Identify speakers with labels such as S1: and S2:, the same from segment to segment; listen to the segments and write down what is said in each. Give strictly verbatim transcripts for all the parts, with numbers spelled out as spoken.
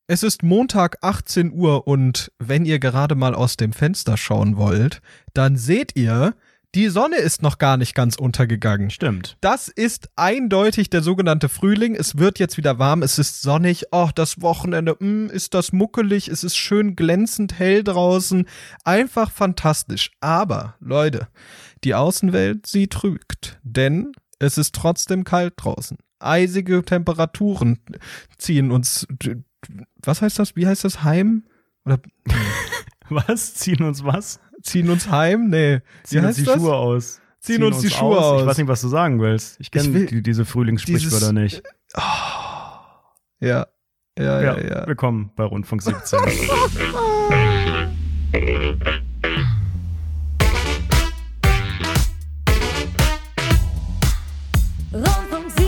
S1: Es ist Montag achtzehn Uhr und wenn ihr gerade mal aus dem Fenster schauen wollt, dann seht ihr, die Sonne ist noch gar nicht ganz untergegangen.
S2: Stimmt.
S1: Das ist eindeutig der sogenannte Frühling. Es wird jetzt wieder warm, es ist sonnig. Oh, das Wochenende, mh, ist das muckelig, es ist schön glänzend hell draußen. Einfach fantastisch. Aber, Leute, die Außenwelt, sie trügt. Denn es ist trotzdem kalt draußen. Eisige Temperaturen ziehen uns... Was heißt das? Wie heißt das? Heim? Oder
S2: was? Ziehen uns was?
S1: Ziehen uns heim? Nee.
S2: Ziehen uns die
S1: das?
S2: Schuhe aus.
S1: Ziehen, Ziehen uns, uns die Schuhe aus. aus.
S2: Ich weiß nicht, was du sagen willst. Ich kenne die, diese Frühlingssprichwörter nicht.
S1: Oh. Ja. Ja, ja, ja, ja.
S2: Willkommen bei Rundfunk siebzehn.
S3: Rundfunk siebzehn.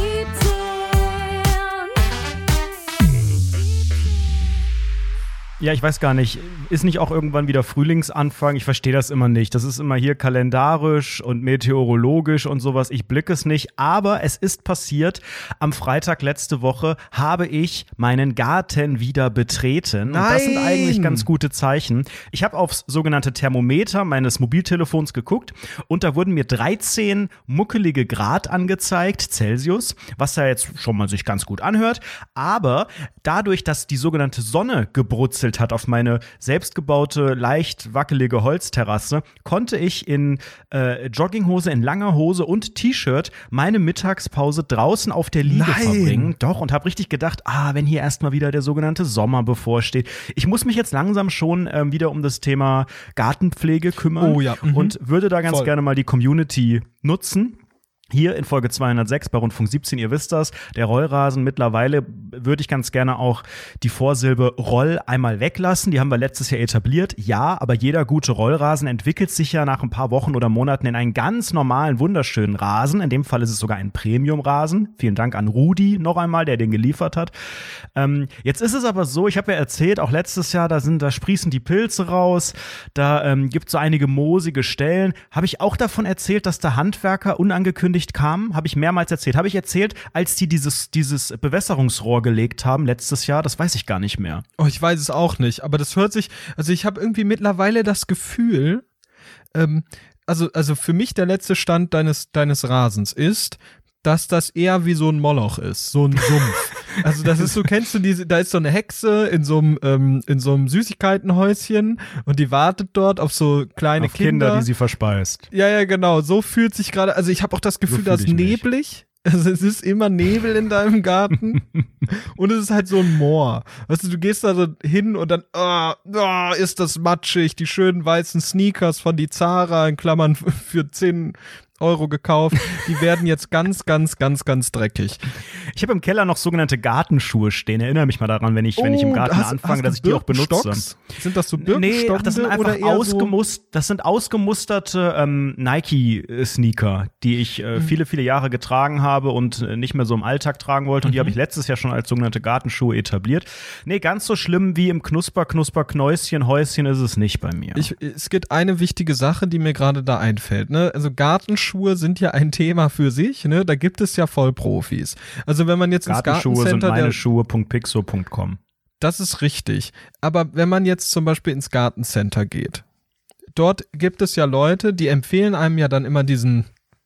S2: Ja, ich weiß gar nicht, ist nicht auch irgendwann wieder Frühlingsanfang? Ich verstehe das immer nicht. Das ist immer hier kalendarisch und meteorologisch und sowas. Ich blicke es nicht, aber es ist passiert. Am Freitag letzte Woche habe ich meinen Garten wieder betreten.
S1: Nein.
S2: Und das sind eigentlich ganz gute Zeichen. Ich habe aufs sogenannte Thermometer meines Mobiltelefons geguckt und da wurden mir dreizehn muckelige Grad angezeigt, Celsius, was ja jetzt schon mal sich ganz gut anhört. Aber dadurch, dass die sogenannte Sonne gebrutzelt hat auf meine selbstgebaute, leicht wackelige Holzterrasse, konnte ich in äh, Jogginghose, in langer Hose und T-Shirt meine Mittagspause draußen auf der Liege
S1: Nein.
S2: verbringen. Doch, und habe richtig gedacht, ah, wenn hier erstmal wieder der sogenannte Sommer bevorsteht. Ich muss mich jetzt langsam schon ähm, wieder um das Thema Gartenpflege kümmern.
S1: Oh ja. Mhm.
S2: Und würde da ganz
S1: Voll.
S2: gerne mal die Community nutzen. Hier in Folge zweihundertsechs bei Rundfunk siebzehn, ihr wisst das, der Rollrasen. Mittlerweile würde ich ganz gerne auch die Vorsilbe Roll einmal weglassen. Die haben wir letztes Jahr etabliert. Ja, aber jeder gute Rollrasen entwickelt sich ja nach ein paar Wochen oder Monaten in einen ganz normalen, wunderschönen Rasen. In dem Fall ist es sogar ein Premium-Rasen. Vielen Dank an Rudi noch einmal, der den geliefert hat. Ähm, jetzt ist es aber so, ich habe ja erzählt, auch letztes Jahr, da sind, da sprießen die Pilze raus. Da ähm, gibt es so einige moosige Stellen. Habe ich auch davon erzählt, dass der Handwerker unangekündigt kam, habe ich mehrmals erzählt. Habe ich erzählt, als die dieses, dieses Bewässerungsrohr gelegt haben letztes Jahr? Das weiß ich gar nicht mehr.
S1: Oh, ich weiß es auch nicht, aber das hört sich, also ich habe irgendwie mittlerweile das Gefühl, ähm, also, also für mich der letzte Stand deines, deines Rasens ist, dass das eher wie so ein Moloch ist, so ein Sumpf. Also das ist so, kennst du diese, da ist so eine Hexe in so einem, ähm, in so einem Süßigkeitenhäuschen und die wartet dort auf so kleine
S2: Auf Kinder,
S1: Kinder,
S2: die sie verspeist.
S1: Ja, ja, genau. So fühlt sich gerade, also ich habe auch das Gefühl,
S2: So
S1: dass
S2: fühl ich mich.
S1: neblig. Also es ist immer Nebel in deinem Garten und es ist halt so ein Moor. Weißt du, du gehst da so hin und dann, oh, oh, ist das matschig, die schönen weißen Sneakers von die Zara in Klammern für zehn Euro gekauft, die werden jetzt ganz, ganz, ganz, ganz dreckig.
S2: Ich habe im Keller noch sogenannte Gartenschuhe stehen. Erinnere mich mal daran, wenn ich, wenn ich im Garten
S1: hast,
S2: anfange,
S1: hast
S2: dass ich die auch benutze.
S1: Birkenstocks? Sind das so
S2: Nee,
S1: Birkenstockende
S2: ach, das sind einfach
S1: oder eher
S2: ausgemust, das sind ausgemusterte ähm, Nike-Sneaker, die ich äh, viele, viele Jahre getragen habe und äh, nicht mehr so im Alltag tragen wollte. Und die habe ich letztes Jahr schon als sogenannte Gartenschuhe etabliert. Nee, ganz so schlimm wie im Knusper, Knusper, Knäuschen, Häuschen ist es nicht bei mir.
S1: Ich, es gibt eine wichtige Sache, die mir gerade da einfällt. Ne? Also Gartenschuhe sind ja ein Thema für sich. Ne? Da gibt es ja Vollprofis. Also wenn man jetzt ins
S2: Gartenschuhe
S1: Gartencenter
S2: sind meine
S1: der,
S2: Schuhe Punkt pixo Punkt com.
S1: Das ist richtig. Aber wenn man jetzt zum Beispiel ins Gartencenter geht, dort gibt es ja Leute, die empfehlen einem ja dann immer diesen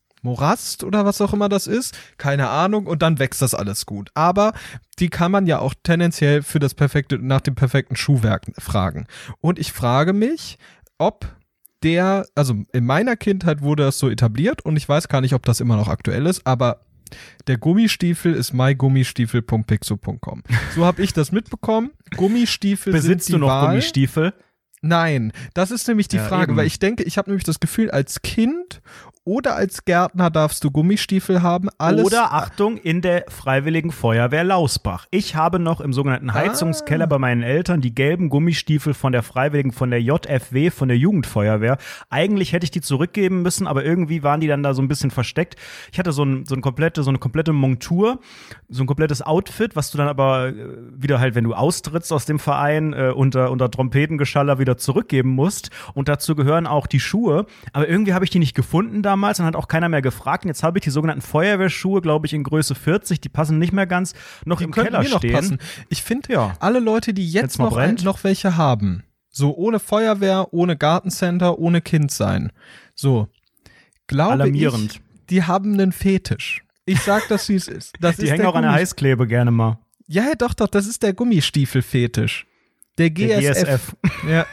S1: Morast oder was auch immer das ist, keine Ahnung, und dann wächst das alles gut. Aber die kann man ja auch tendenziell für das perfekte, nach dem perfekten Schuhwerk fragen. Und ich frage mich, ob der, also in meiner Kindheit wurde das so etabliert und ich weiß gar nicht, ob das immer noch aktuell ist, aber der Gummistiefel ist mygummistiefel Punkt pixo Punkt com. So habe ich das mitbekommen. Gummistiefel
S2: Besitzt
S1: sind die
S2: du noch
S1: Wahl.
S2: Gummistiefel?
S1: Nein, das ist nämlich die
S2: Ja,
S1: Frage,
S2: eben.
S1: weil ich denke, ich habe nämlich das Gefühl, als Kind oder als Gärtner darfst du Gummistiefel haben. Alles
S2: Oder, Achtung, in der Freiwilligen Feuerwehr Lausbach. Ich habe noch im sogenannten Heizungskeller
S1: Ah.
S2: bei meinen Eltern die gelben Gummistiefel von der Freiwilligen, von der J F W, von der Jugendfeuerwehr. Eigentlich hätte ich die zurückgeben müssen, aber irgendwie waren die dann da so ein bisschen versteckt. Ich hatte so, ein, so, ein komplette, so eine komplette Montur, so ein komplettes Outfit, was du dann aber äh, wieder halt, wenn du austrittst aus dem Verein, äh, unter, unter Trompetengeschaller wieder wieder zurückgeben musst. Und dazu gehören auch die Schuhe. Aber irgendwie habe ich die nicht gefunden damals und hat auch keiner mehr gefragt. Und jetzt habe ich die sogenannten Feuerwehrschuhe, glaube ich, in Größe vierzig. Die passen nicht mehr ganz, noch
S1: Die
S2: im
S1: könnten
S2: Keller
S1: mir noch
S2: stehen.
S1: passen. Ich finde,
S2: Ja.
S1: alle Leute, die jetzt
S2: Wenn's mal
S1: noch, ein,
S2: brennt.
S1: noch welche haben, so ohne Feuerwehr, ohne Gartencenter, ohne Kind sein, so, glaube
S2: Alarmierend.
S1: ich, die haben einen Fetisch. Ich sag, dass sie es ist. Das
S2: Die
S1: ist
S2: hängen
S1: der
S2: auch an der
S1: Gummi-
S2: Heißklebe gerne mal.
S1: Ja, doch, doch, das ist der Gummistiefel-Fetisch. Der G S F.
S2: Der G S F.
S1: Ja.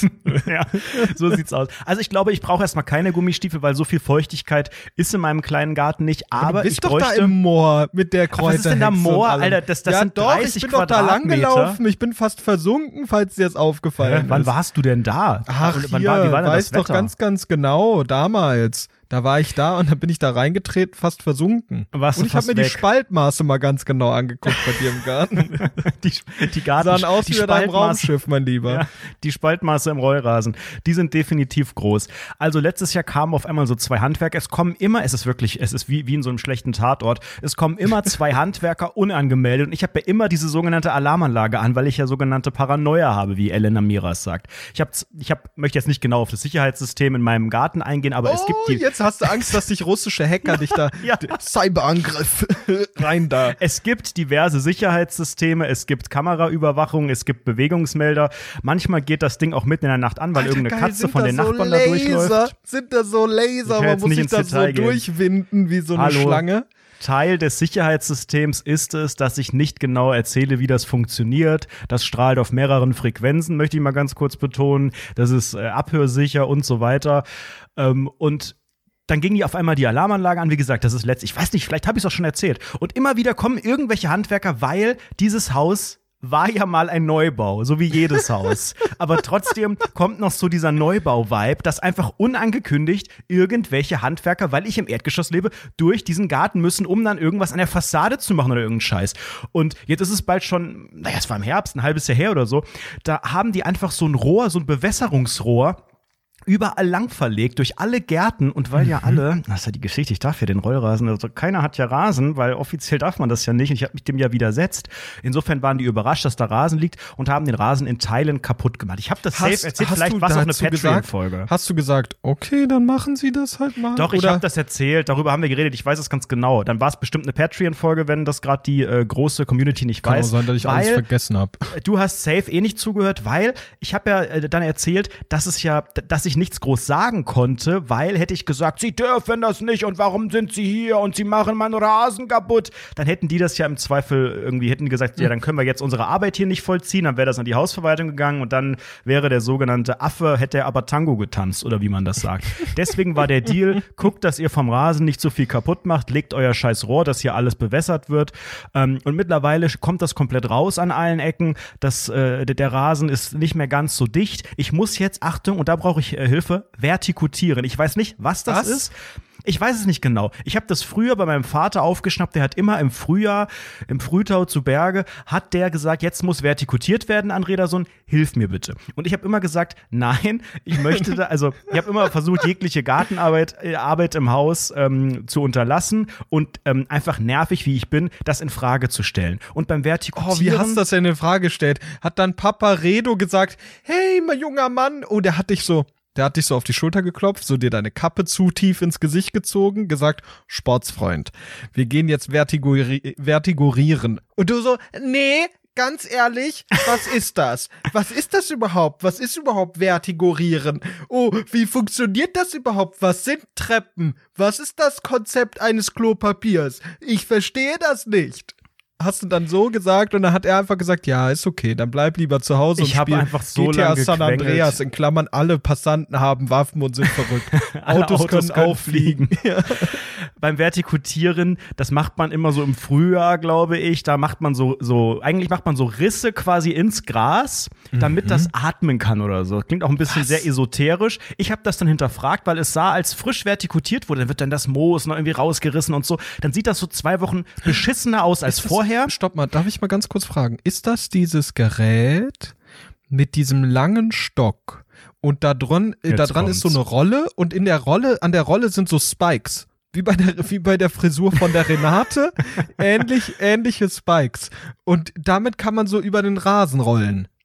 S2: Ja, so sieht's aus. Also ich glaube, ich brauche erstmal keine Gummistiefel, weil so viel Feuchtigkeit ist in meinem kleinen Garten nicht. Aber
S1: du bist
S2: ich
S1: doch
S2: bräuchte.
S1: da im Moor mit der
S2: Ach, was ist denn da
S1: Kräuterhexe
S2: Moor,
S1: und allem.
S2: Alter? Das- das
S1: ja,
S2: sind
S1: doch,
S2: dreißig
S1: ich bin doch da lang
S2: Quadratmeter.
S1: gelaufen. Ich bin fast versunken, falls dir das aufgefallen
S2: Hä? Wann
S1: ist.
S2: warst du denn da?
S1: Ach,
S2: Und wann
S1: hier,
S2: war, wie war denn
S1: weiß
S2: das
S1: doch
S2: Wetter?
S1: ganz, ganz genau, damals. Da war ich da und dann bin ich da reingetreten, fast versunken.
S2: Warst
S1: und
S2: du
S1: ich habe
S2: fast
S1: mir die
S2: weg?
S1: Spaltmaße mal ganz genau angeguckt bei dir im Garten.
S2: die, die Garten,
S1: Sahen aus
S2: die
S1: wie bei deinem
S2: Spaltmaße-
S1: Raumschiff, mein Lieber.
S2: Ja, die Spaltmaße im Rollrasen, die sind definitiv groß. Also letztes Jahr kamen auf einmal so zwei Handwerker. Es kommen immer, es ist wirklich, es ist wie, wie in so einem schlechten Tatort, es kommen immer zwei Handwerker unangemeldet. Und ich habe ja immer diese sogenannte Alarmanlage an, weil ich ja sogenannte Paranoia habe, wie Elena Miras sagt. Ich, hab, ich hab, möchte jetzt nicht genau auf das Sicherheitssystem in meinem Garten eingehen, aber es
S1: Oh,
S2: gibt die.
S1: jetzt hast du Angst, dass dich russische Hacker dich da
S2: Ja.
S1: Cyberangriff rein da.
S2: Es gibt diverse Sicherheitssysteme, es gibt Kameraüberwachung, es gibt Bewegungsmelder. Manchmal geht das Ding auch mitten in der Nacht an, weil
S1: Alter,
S2: irgendeine
S1: geil,
S2: Katze
S1: sind
S2: von
S1: da
S2: den
S1: so
S2: Nachbarn da
S1: Laser?
S2: durchläuft.
S1: Sind da so Laser?
S2: Ich will
S1: Man
S2: jetzt
S1: muss
S2: nicht
S1: sich
S2: ins
S1: da so
S2: Detail gehen.
S1: durchwinden wie so eine
S2: Hallo.
S1: Schlange.
S2: Teil des Sicherheitssystems ist es, dass ich nicht genau erzähle, wie das funktioniert. Das strahlt auf mehreren Frequenzen, möchte ich mal ganz kurz betonen. Das ist äh, abhörsicher und so weiter. Ähm, und dann ging die auf einmal die Alarmanlage an. Wie gesagt, das ist letztlich, ich weiß nicht, vielleicht habe ich es auch schon erzählt. Und immer wieder kommen irgendwelche Handwerker, weil dieses Haus war ja mal ein Neubau, so wie jedes Haus. Aber trotzdem kommt noch so dieser Neubau-Vibe, dass einfach unangekündigt irgendwelche Handwerker, weil ich im Erdgeschoss lebe, durch diesen Garten müssen, um dann irgendwas an der Fassade zu machen oder irgendeinen Scheiß. Und jetzt ist es bald schon, naja, es war im Herbst, ein halbes Jahr her oder so, da haben die einfach so ein Rohr, so ein Bewässerungsrohr, überall lang verlegt, durch alle Gärten. Und weil ja alle, das ist ja die Geschichte, ich darf ja den Rollrasen, also keiner hat ja Rasen, weil offiziell darf man das ja nicht. Und ich habe mich dem ja widersetzt. Insofern waren die überrascht, dass da Rasen liegt und haben den Rasen in Teilen kaputt gemacht. Ich habe das safe erzählt, vielleicht war es auch eine
S1: dazu
S2: Patreon-Folge.
S1: gesagt, hast du gesagt, okay, dann machen sie das halt mal?
S2: Doch, ich
S1: Oder?
S2: habe das erzählt, darüber haben wir geredet, ich weiß es ganz genau. Dann war es bestimmt eine Patreon-Folge, wenn das gerade die äh, große Community nicht
S1: Kann
S2: weiß.
S1: auch sein, dass ich alles
S2: weil
S1: vergessen habe.
S2: Du hast safe eh nicht zugehört, weil ich habe ja äh, dann erzählt, dass es ja, dass ich nichts groß sagen konnte, weil hätte ich gesagt, sie dürfen das nicht und warum sind sie hier und sie machen meinen Rasen kaputt, dann hätten die das ja im Zweifel irgendwie, hätten gesagt, ja, dann können wir jetzt unsere Arbeit hier nicht vollziehen, dann wäre das an die Hausverwaltung gegangen und dann wäre der sogenannte Affe, hätte er aber Tango getanzt oder wie man das sagt. Deswegen war der Deal, guckt, dass ihr vom Rasen nicht so viel kaputt macht, legt euer scheiß Rohr, dass hier alles bewässert wird ähm, und mittlerweile kommt das komplett raus an allen Ecken, das, äh, der Rasen ist nicht mehr ganz so dicht. Ich muss jetzt, Achtung, und da brauche ich äh, Hilfe, vertikutieren. Ich weiß nicht, was das
S1: Was?
S2: ist. Ich weiß es nicht genau. Ich habe das früher bei meinem Vater aufgeschnappt. Der hat immer im Frühjahr, im Frühtau zu Berge, hat der gesagt, jetzt muss vertikutiert werden, Andrederson, hilf mir bitte. Und ich habe immer gesagt, nein, ich möchte da, also ich habe immer versucht, jegliche Gartenarbeit äh, Arbeit im Haus ähm, zu unterlassen und ähm, einfach nervig, wie ich bin, das in Frage zu stellen. Und beim Vertikutieren…
S1: Oh, wie hast du das denn in Frage gestellt? Hat dann Papa Redo gesagt, hey, mein junger Mann, oh, der hat dich so… Der hat dich so auf die Schulter geklopft, so dir deine Kappe zu tief ins Gesicht gezogen, gesagt, Sportsfreund, wir gehen jetzt vertigori- vertigorieren. Und du so, nee, ganz ehrlich, was ist das? Was ist das überhaupt? Was ist überhaupt vertigorieren? Oh, wie funktioniert das überhaupt? Was sind Treppen? Was ist das Konzept eines Klopapiers? Ich verstehe das nicht. Hast du dann so gesagt und dann hat er einfach gesagt, ja, ist okay, dann bleib lieber zu Hause
S2: Ich
S1: und
S2: hab
S1: spiel
S2: einfach so
S1: G T A
S2: lang
S1: San
S2: gequengelt.
S1: Andreas, in Klammern, alle Passanten haben Waffen und sind verrückt. Autos,
S2: Autos
S1: können,
S2: können
S1: auch fliegen. Ja.
S2: Beim Vertikutieren, das macht man immer so im Frühjahr, glaube ich. Da macht man so, so, eigentlich macht man so Risse quasi ins Gras, damit
S1: Mhm.
S2: das atmen kann oder so. Klingt auch ein bisschen
S1: Was?
S2: sehr esoterisch. Ich habe das dann hinterfragt, weil es sah, als frisch vertikutiert wurde, dann wird dann das Moos noch irgendwie rausgerissen und so. Dann sieht das so zwei Wochen beschissener aus als
S1: Ist das-
S2: vorher.
S1: Stopp mal, darf ich mal ganz kurz fragen, ist das dieses Gerät mit diesem langen Stock und da dran, äh, da
S2: Jetzt
S1: dran ist so
S2: kommt's.
S1: eine Rolle und in der Rolle, an der Rolle sind so Spikes? Wie bei der, wie bei der Frisur von der Renate, ähnlich, ähnliche Spikes. Und damit kann man so über den Rasen rollen.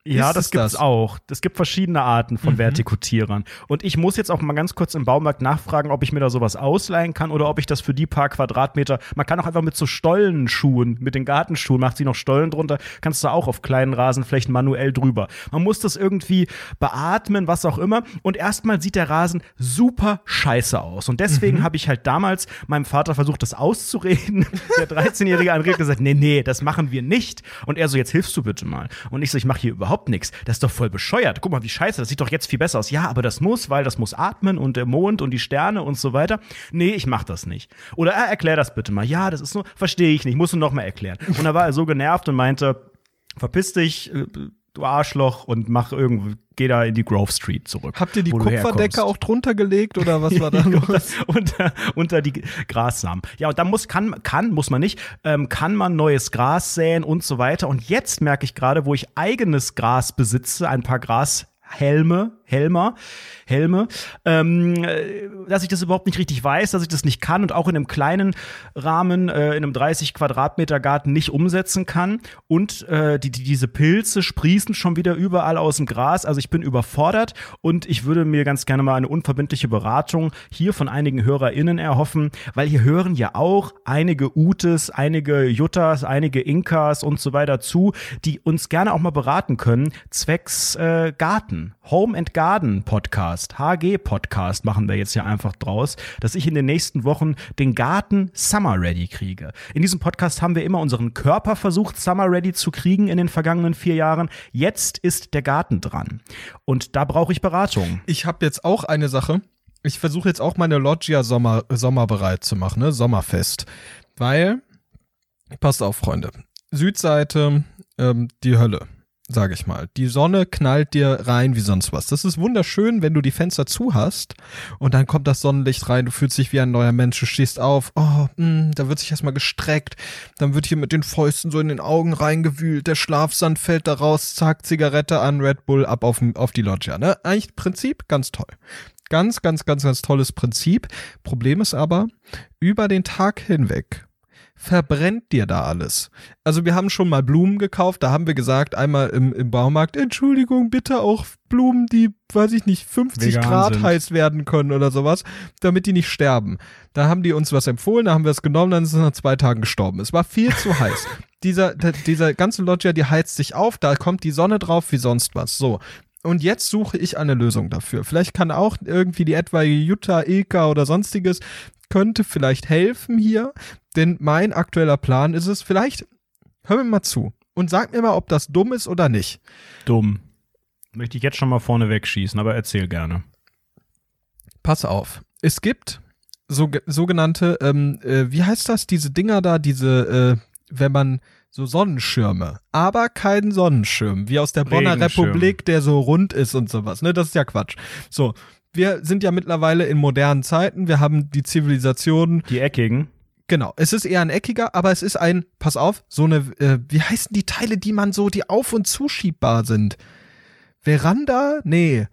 S2: Ja,
S1: Ist
S2: das
S1: es
S2: gibt's
S1: das?
S2: auch. Es gibt verschiedene Arten von
S1: Mhm.
S2: Vertikutierern. Und ich muss jetzt auch mal ganz kurz im Baumarkt nachfragen, ob ich mir da sowas ausleihen kann oder ob ich das für die paar Quadratmeter, man kann auch einfach mit so Stollenschuhen, mit den Gartenschuhen, macht sie noch Stollen drunter, kannst du auch auf kleinen Rasenflächen manuell drüber. Man muss das irgendwie beatmen, was auch immer. Und erstmal sieht der Rasen super scheiße aus. Und deswegen
S1: Mhm.
S2: habe ich halt damals meinem Vater versucht, das auszureden. Der dreizehnjährige André hat gesagt, nee, nee, das machen wir nicht. Und er so, jetzt hilfst du bitte mal. Und ich so, ich mache hier überhaupt nichts. Das ist doch voll bescheuert. Guck mal, wie scheiße, das sieht doch jetzt viel besser aus. Ja, aber das muss, weil das muss atmen und der Mond und die Sterne und so weiter. Nee, ich mach das nicht. Oder ah, erklär das bitte mal. Ja, das ist nur, verstehe ich nicht, musst du noch mal erklären. Und da war er so genervt und meinte, verpiss dich, äh, du Arschloch, und mach irgendwie, geh da in die Grove Street zurück.
S1: Habt ihr die
S2: wo du
S1: Kupferdecke
S2: herkommst.
S1: auch drunter gelegt oder was war da los?
S2: unter, unter die Grassamen. Ja, und da muss, kann, kann, muss man nicht, ähm, kann man neues Gras säen und so weiter. Und jetzt merke ich gerade, wo ich eigenes Gras besitze, ein paar Grashelme, Helmer, Helme, ähm, äh, dass ich das überhaupt nicht richtig weiß, dass ich das nicht kann und auch in einem kleinen Rahmen, äh, in einem dreißig Quadratmeter Garten nicht umsetzen kann. Und äh, die, die, diese Pilze sprießen schon wieder überall aus dem Gras. Also ich bin überfordert und ich würde mir ganz gerne mal eine unverbindliche Beratung hier von einigen HörerInnen erhoffen, weil hier hören ja auch einige Utes, einige Juttas, einige Inkas und so weiter zu, die uns gerne auch mal beraten können, zwecks äh, Garten. Home and Garden Podcast, H G Podcast machen wir jetzt ja einfach draus, dass ich in den nächsten Wochen den Garten Summer Ready kriege. In diesem Podcast haben wir immer unseren Körper versucht, Summer Ready zu kriegen in den vergangenen vier Jahren. Jetzt ist der Garten dran. Und da brauche ich Beratung.
S1: Ich habe jetzt auch eine Sache. Ich versuche jetzt auch meine Loggia Sommer, sommerbereit zu machen, ne? Sommerfest. Weil, passt auf, Freunde, Südseite, ähm, die Hölle, sage ich mal. Die Sonne knallt dir rein wie sonst was. Das ist wunderschön, wenn du die Fenster zu hast und dann kommt das Sonnenlicht rein, du fühlst dich wie ein neuer Mensch, du stehst auf, oh, mh, da wird sich erstmal gestreckt, dann wird hier mit den Fäusten so in den Augen reingewühlt, der Schlafsand fällt da raus, zack, Zigarette an, Red Bull, ab auf, auf die Loggia, ne? Eigentlich Prinzip ganz toll. Ganz, ganz, ganz, ganz tolles Prinzip. Problem ist aber, über den Tag hinweg verbrennt dir da alles. Also wir haben schon mal Blumen gekauft, da haben wir gesagt, einmal im, im Baumarkt, Entschuldigung, bitte auch Blumen, die, weiß ich nicht, fünfzig
S2: Vegan
S1: Grad
S2: sind.
S1: heiß werden können oder sowas, damit die nicht sterben. Da haben die uns was empfohlen, da haben wir es genommen, dann ist es nach zwei Tagen gestorben. Es war viel zu heiß. Dieser, der, dieser ganze Loggia, die heizt sich auf, da kommt die Sonne drauf wie sonst was. So. Und jetzt suche ich eine Lösung dafür. Vielleicht kann auch irgendwie die etwaige Jutta, Ilka oder sonstiges könnte vielleicht helfen hier, denn mein aktueller Plan ist es, vielleicht, hör mir mal zu und sag mir mal, ob das dumm ist oder nicht.
S2: Dumm. Möchte ich jetzt schon mal vorne wegschießen, aber erzähl gerne.
S1: Pass auf, es gibt so, sogenannte, ähm, äh, wie heißt das, diese Dinger da, diese, äh, wenn man so Sonnenschirme, aber kein Sonnenschirm, wie aus der Bonner
S2: Regenschirm.
S1: Republik, der so rund ist und sowas, ne, das ist ja Quatsch. So, wir sind ja mittlerweile in modernen Zeiten, wir haben die Zivilisation.
S2: Die eckigen.
S1: Genau, es ist eher ein eckiger, aber es ist ein, pass auf, so eine, äh, wie heißen die Teile, die man so, die auf- und zuschiebbar sind? Veranda? Nee.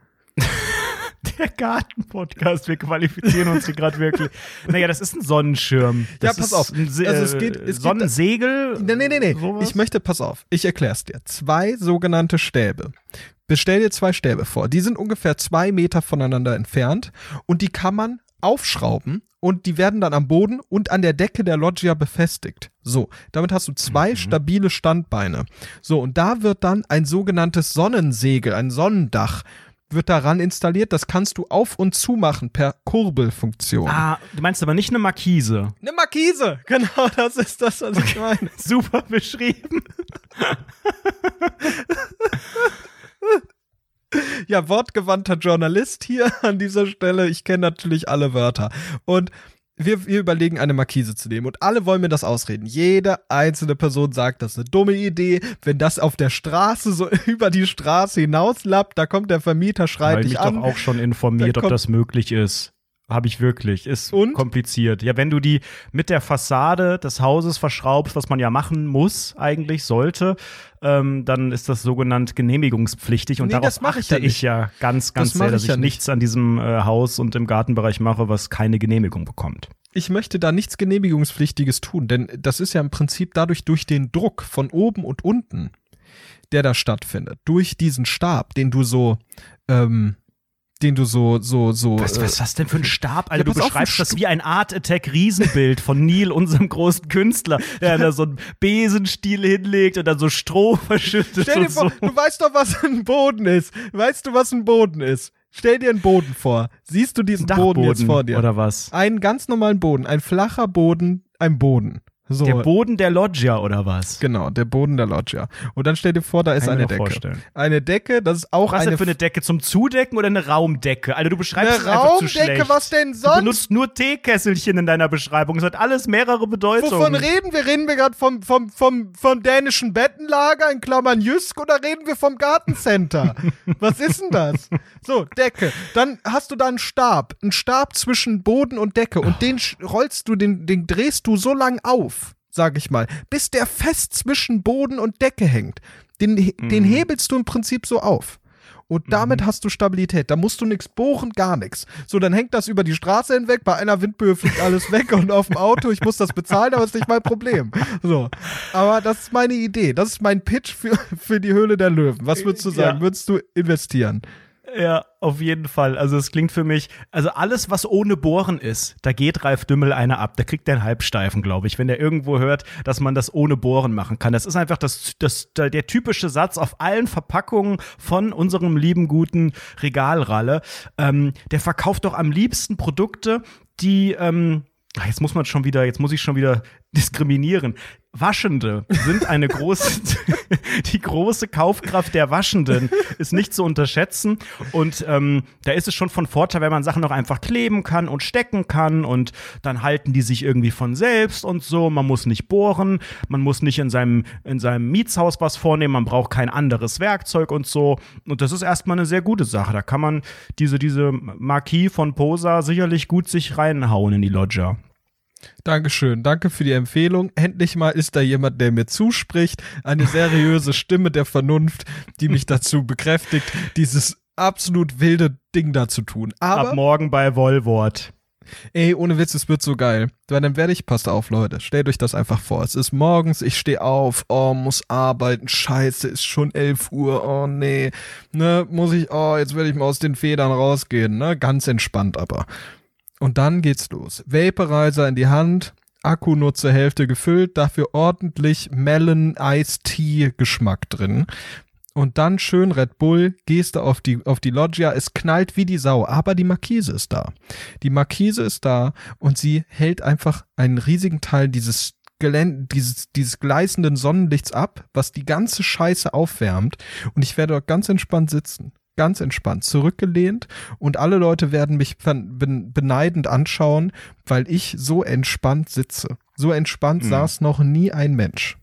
S2: Der Garten-Podcast, wir qualifizieren uns hier gerade wirklich. Naja, das ist ein Sonnenschirm. Das
S1: Ja, pass
S2: ist
S1: auf.
S2: Ein Se-
S1: Also es geht- es geht-
S2: Sonnensegel?
S1: Nee, nee, nee, nee.
S2: Sowas?
S1: Ich möchte, pass auf, ich erklär's dir. Zwei sogenannte Stäbe. Bestell dir zwei Stäbe vor. Die sind ungefähr zwei Meter voneinander entfernt und die kann man aufschrauben und die werden dann am Boden und an der Decke der Loggia befestigt. So, damit hast du zwei
S2: Mhm.
S1: stabile Standbeine. So, und da wird dann ein sogenanntes Sonnensegel, ein Sonnendach, wird daran installiert. Das kannst du auf und zu machen per Kurbelfunktion.
S2: Ah, du meinst aber nicht eine Markise.
S1: Eine Markise! Genau, das ist das, was ich meine.
S2: Super beschrieben.
S1: Ja, wortgewandter Journalist hier an dieser Stelle. Ich kenne natürlich alle Wörter. Und wir, wir überlegen, eine Markise zu nehmen. Und alle wollen mir das ausreden. Jede einzelne Person sagt, das ist eine dumme Idee. Wenn das auf der Straße so über die Straße hinauslappt, da kommt der Vermieter, schreit
S2: Habe ich
S1: dich
S2: mich
S1: an.
S2: doch auch schon informiert,
S1: Da
S2: ob
S1: kommt-
S2: das möglich ist. Habe ich wirklich. Ist
S1: Und?
S2: kompliziert. Ja, wenn du die mit der Fassade des Hauses verschraubst, was man ja machen muss, eigentlich sollte, ähm, dann ist das sogenannt genehmigungspflichtig. Und
S1: Nee,
S2: darauf
S1: das mach ich
S2: achte
S1: ja nicht.
S2: ich ja ganz, ganz
S1: Das mach
S2: sehr, dass
S1: ich
S2: ich,
S1: ja nicht.
S2: nichts an diesem äh, Haus und im Gartenbereich mache, was keine Genehmigung bekommt.
S1: Ich möchte da nichts Genehmigungspflichtiges tun, denn das ist ja im Prinzip dadurch durch den Druck von oben und unten der da stattfindet, durch diesen Stab, den du so, ähm, den du so, so, so.
S2: Was, was, was denn für ein Stab? Alter,
S1: Ja,
S2: du
S1: pass auf,
S2: beschreibst
S1: ein
S2: das
S1: Stu-
S2: wie ein Art-Attack-Riesenbild von Neil, unserem großen Künstler, der da so einen Besenstiel hinlegt und dann so Stroh verschüttet
S1: Stell dir
S2: und
S1: vor,
S2: so.
S1: du weißt doch, was ein Boden ist. Weißt du, was ein Boden ist? Stell dir einen Boden vor. Siehst du diesen Boden jetzt vor dir?
S2: Oder was?
S1: Einen ganz normalen Boden, ein flacher Boden, ein Boden. So.
S2: Der Boden der Loggia oder was?
S1: Genau, der Boden der Loggia. Und dann stell dir vor, da ist
S2: Kann ich
S1: eine
S2: mir
S1: Decke.
S2: vorstellen.
S1: Eine Decke, das ist auch
S2: Was
S1: eine
S2: denn für eine Decke? Zum Zudecken oder eine Raumdecke? Alter, du beschreibst
S1: Eine
S2: es einfach zu
S1: Raumdecke,
S2: schlecht.
S1: was denn
S2: Du
S1: sonst?
S2: benutzt nur Teekesselchen in deiner Beschreibung. Es hat alles mehrere Bedeutungen.
S1: Wovon reden wir? Reden wir gerade vom, vom, vom, vom dänischen Bettenlager, in Klammern Jysk, oder reden wir vom Gartencenter? Was ist denn das? So, Decke. Dann hast du da einen Stab. Einen Stab zwischen Boden und Decke. Und den sch- rollst du, den, den drehst du so lang auf, sag ich mal, bis der fest zwischen Boden und Decke hängt. Den,
S2: Mhm.
S1: den hebelst du im Prinzip so auf. Und damit mhm. hast du Stabilität. Da musst du nichts bohren, gar nichts. So, dann hängt das über die Straße hinweg. Bei einer Windböe fliegt alles weg und auf dem Auto, ich muss das bezahlen, aber ist nicht mein Problem. So. Aber das ist meine Idee. Das ist mein Pitch für, für die Höhle der Löwen. Was würdest du sagen?
S2: Ja.
S1: Würdest du investieren?
S2: Ja, auf jeden Fall. Also es klingt für mich, also alles, was ohne Bohren ist, da geht Ralf Dümmel eine ab. Da kriegt der einen Halbsteifen, glaube ich, wenn der irgendwo hört, dass man das ohne Bohren machen kann. Das ist einfach das, das, der typische Satz auf allen Verpackungen von unserem lieben, guten Regalralle. Ähm, der verkauft doch am liebsten Produkte, die, ähm, ach, jetzt muss man schon wieder, jetzt muss ich schon wieder diskriminieren. Waschende sind eine große, die große Kaufkraft der Waschenden ist nicht zu unterschätzen. Und ähm, da ist es schon von Vorteil, wenn man Sachen noch einfach kleben kann und stecken kann und dann halten die sich irgendwie von selbst und so. Man muss nicht bohren, man muss nicht in seinem, in seinem Mietshaus was vornehmen, man braucht kein anderes Werkzeug und so. Und das ist erstmal eine sehr gute Sache. Da kann man diese, diese Marquis von Posa sicherlich gut sich reinhauen in die Loggia.
S1: Dankeschön, danke für die Empfehlung. Endlich mal ist da jemand, der mir zuspricht. Eine seriöse Stimme der Vernunft, die mich dazu bekräftigt, dieses absolut wilde Ding da zu tun. Aber,
S2: Ab morgen bei Wollwort.
S1: ey, ohne Witz, es wird so geil. Weil dann werde ich, passt auf, Leute, stellt euch das einfach vor. Es ist morgens, ich stehe auf, oh, muss arbeiten, scheiße, ist schon elf Uhr, oh nee. Ne, muss ich, oh, jetzt werde ich mal aus den Federn rausgehen, ne, ganz entspannt aber. Und dann geht's los. Vaporizer in die Hand, Akku nur zur Hälfte gefüllt, dafür ordentlich Melon Ice Tea Geschmack drin. Und dann schön Red Bull, gehst du auf die, auf die Loggia, es knallt wie die Sau, aber die Markise ist da. Die Markise ist da und sie hält einfach einen riesigen Teil dieses Gelän- dieses, dieses gleißenden Sonnenlichts ab, was die ganze Scheiße aufwärmt. Und ich werde dort ganz entspannt sitzen. Ganz entspannt, zurückgelehnt, und alle Leute werden mich ben- beneidend anschauen, weil ich so entspannt sitze. So entspannt
S2: Mhm.
S1: saß noch nie ein Mensch.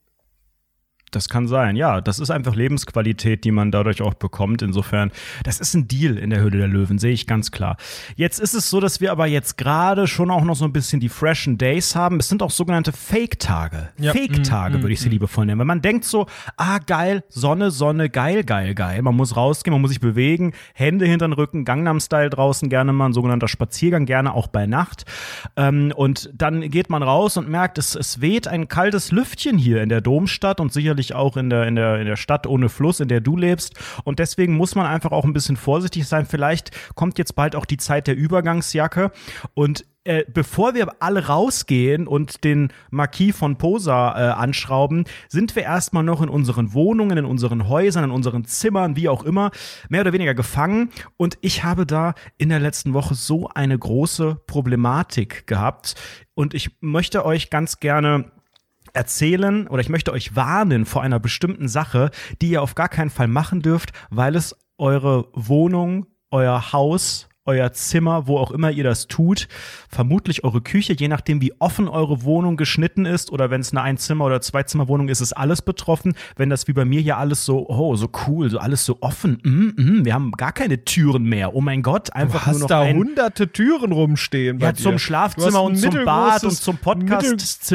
S2: Das kann sein, ja. Das ist einfach Lebensqualität, die man dadurch auch bekommt. Insofern, das ist ein Deal in der Höhle der Löwen, sehe ich ganz klar. Jetzt ist es so, dass wir aber jetzt gerade schon auch noch so ein bisschen die freshen Days haben. Es sind auch sogenannte Fake-Tage.
S1: Ja.
S2: Fake-Tage
S1: Mm,
S2: würde ich sie
S1: mm,
S2: liebevoll nennen. Weil man denkt so, ah geil, Sonne, Sonne, geil, geil, geil. Man muss rausgehen, man muss sich bewegen, Hände hinter den Rücken, Gangnam-Style draußen gerne mal, ein sogenannter Spaziergang, gerne auch bei Nacht. Ähm, und dann geht man raus und merkt, es, es weht ein kaltes Lüftchen hier in der Domstadt und sicherlich auch in der, in der, in der Stadt ohne Fluss, in der du lebst. Und deswegen muss man einfach auch ein bisschen vorsichtig sein. Vielleicht kommt jetzt bald auch die Zeit der Übergangsjacke. Und äh, bevor wir alle rausgehen und den Marquis von Posa äh, anschrauben, sind wir erstmal noch in unseren Wohnungen, in unseren Häusern, in unseren Zimmern, wie auch immer, mehr oder weniger gefangen. Und ich habe da in der letzten Woche so eine große Problematik gehabt. Und ich möchte euch ganz gerne erzählen oder ich möchte euch warnen vor einer bestimmten Sache, die ihr auf gar keinen Fall machen dürft, weil es eure Wohnung, euer Haus, euer Zimmer, wo auch immer ihr das tut, vermutlich eure Küche, je nachdem wie offen eure Wohnung geschnitten ist, oder wenn es eine Einzimmer- oder Zweizimmerwohnung ist, ist alles betroffen. Wenn das wie bei mir hier alles so, oh, so cool, so alles so offen, mm, mm, wir haben gar keine Türen mehr, oh mein Gott, einfach
S1: Du hast
S2: nur noch
S1: da
S2: ein,
S1: hunderte Türen rumstehen bei
S2: ja,
S1: dir.
S2: zum
S1: Du
S2: Schlafzimmer
S1: hast
S2: und
S1: ein
S2: zum Bad und
S1: mittelgroßes-
S2: zum Podcastzimmer.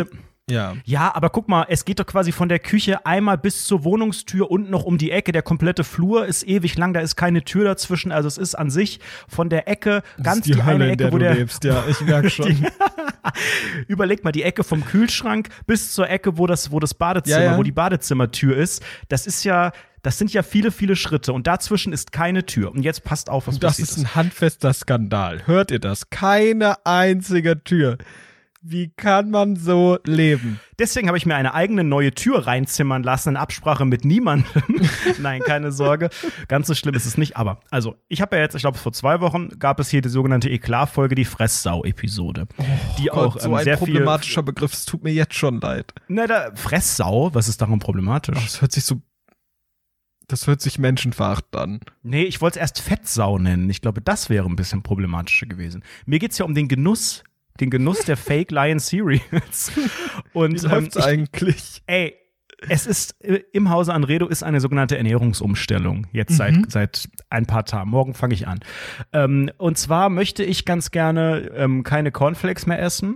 S1: Ja.
S2: Ja, aber guck mal, es geht doch quasi von der Küche einmal bis zur Wohnungstür und noch um die Ecke. Der komplette Flur ist ewig lang, da ist keine Tür dazwischen. Also es ist an sich von der Ecke
S1: Das
S2: ganz
S1: ist die,
S2: die
S1: Hölle,
S2: eine
S1: in
S2: Ecke,
S1: der
S2: wo
S1: du
S2: der
S1: lebst. Ja, ich merke schon.
S2: Überleg mal, die Ecke vom Kühlschrank bis zur Ecke, wo das, wo das Badezimmer,
S1: Ja, ja.
S2: wo die Badezimmertür ist. Das ist ja, das sind ja viele, viele Schritte und dazwischen ist keine Tür. Und jetzt passt auf, was
S1: Und das
S2: passiert
S1: ist ein handfester Skandal. Hört ihr das? Keine einzige Tür. Wie kann man so leben?
S2: Deswegen habe ich mir eine eigene neue Tür reinzimmern lassen in Absprache mit niemandem. Nein, keine Sorge. Ganz so schlimm ist es nicht. Aber, also, ich habe ja jetzt, ich glaube, vor zwei Wochen gab es hier die sogenannte Eklat-Folge, die Fresssau-Episode. Oh, die
S1: Gott,
S2: auch
S1: so
S2: ähm,
S1: ein
S2: sehr
S1: problematischer
S2: viel,
S1: Begriff. Es tut mir jetzt schon leid.
S2: Na, da, Fresssau? Was ist daran problematisch?
S1: Das hört sich so. Das hört sich menschenverachtend an.
S2: Nee, ich wollte es erst Fettsau nennen. Ich glaube, das wäre ein bisschen problematischer gewesen. Mir geht's ja um den Genuss. Den Genuss der Fake Lion Cereals. Und
S1: Wie läuft's
S2: ähm, ich,
S1: eigentlich?
S2: Ey, es ist äh, im Hause Anredo ist eine sogenannte Ernährungsumstellung. Jetzt seit,
S1: Mhm.
S2: seit ein paar Tagen. Morgen fange ich an. Ähm, und zwar möchte ich ganz gerne ähm, keine Cornflakes mehr essen.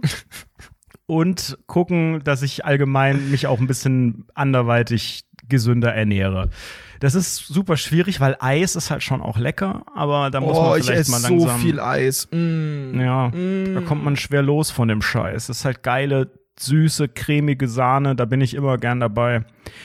S2: Und gucken, dass ich allgemein mich auch ein bisschen anderweitig gesünder ernähre. Das ist super schwierig, weil Eis ist halt schon auch lecker, aber da muss
S1: Oh,
S2: man
S1: ich
S2: vielleicht
S1: esse
S2: mal
S1: so
S2: langsam.
S1: viel Eis. Mm.
S2: Ja,
S1: Mm.
S2: da kommt man schwer los von dem Scheiß. Das ist halt geile, süße, cremige Sahne, da bin ich immer gern dabei.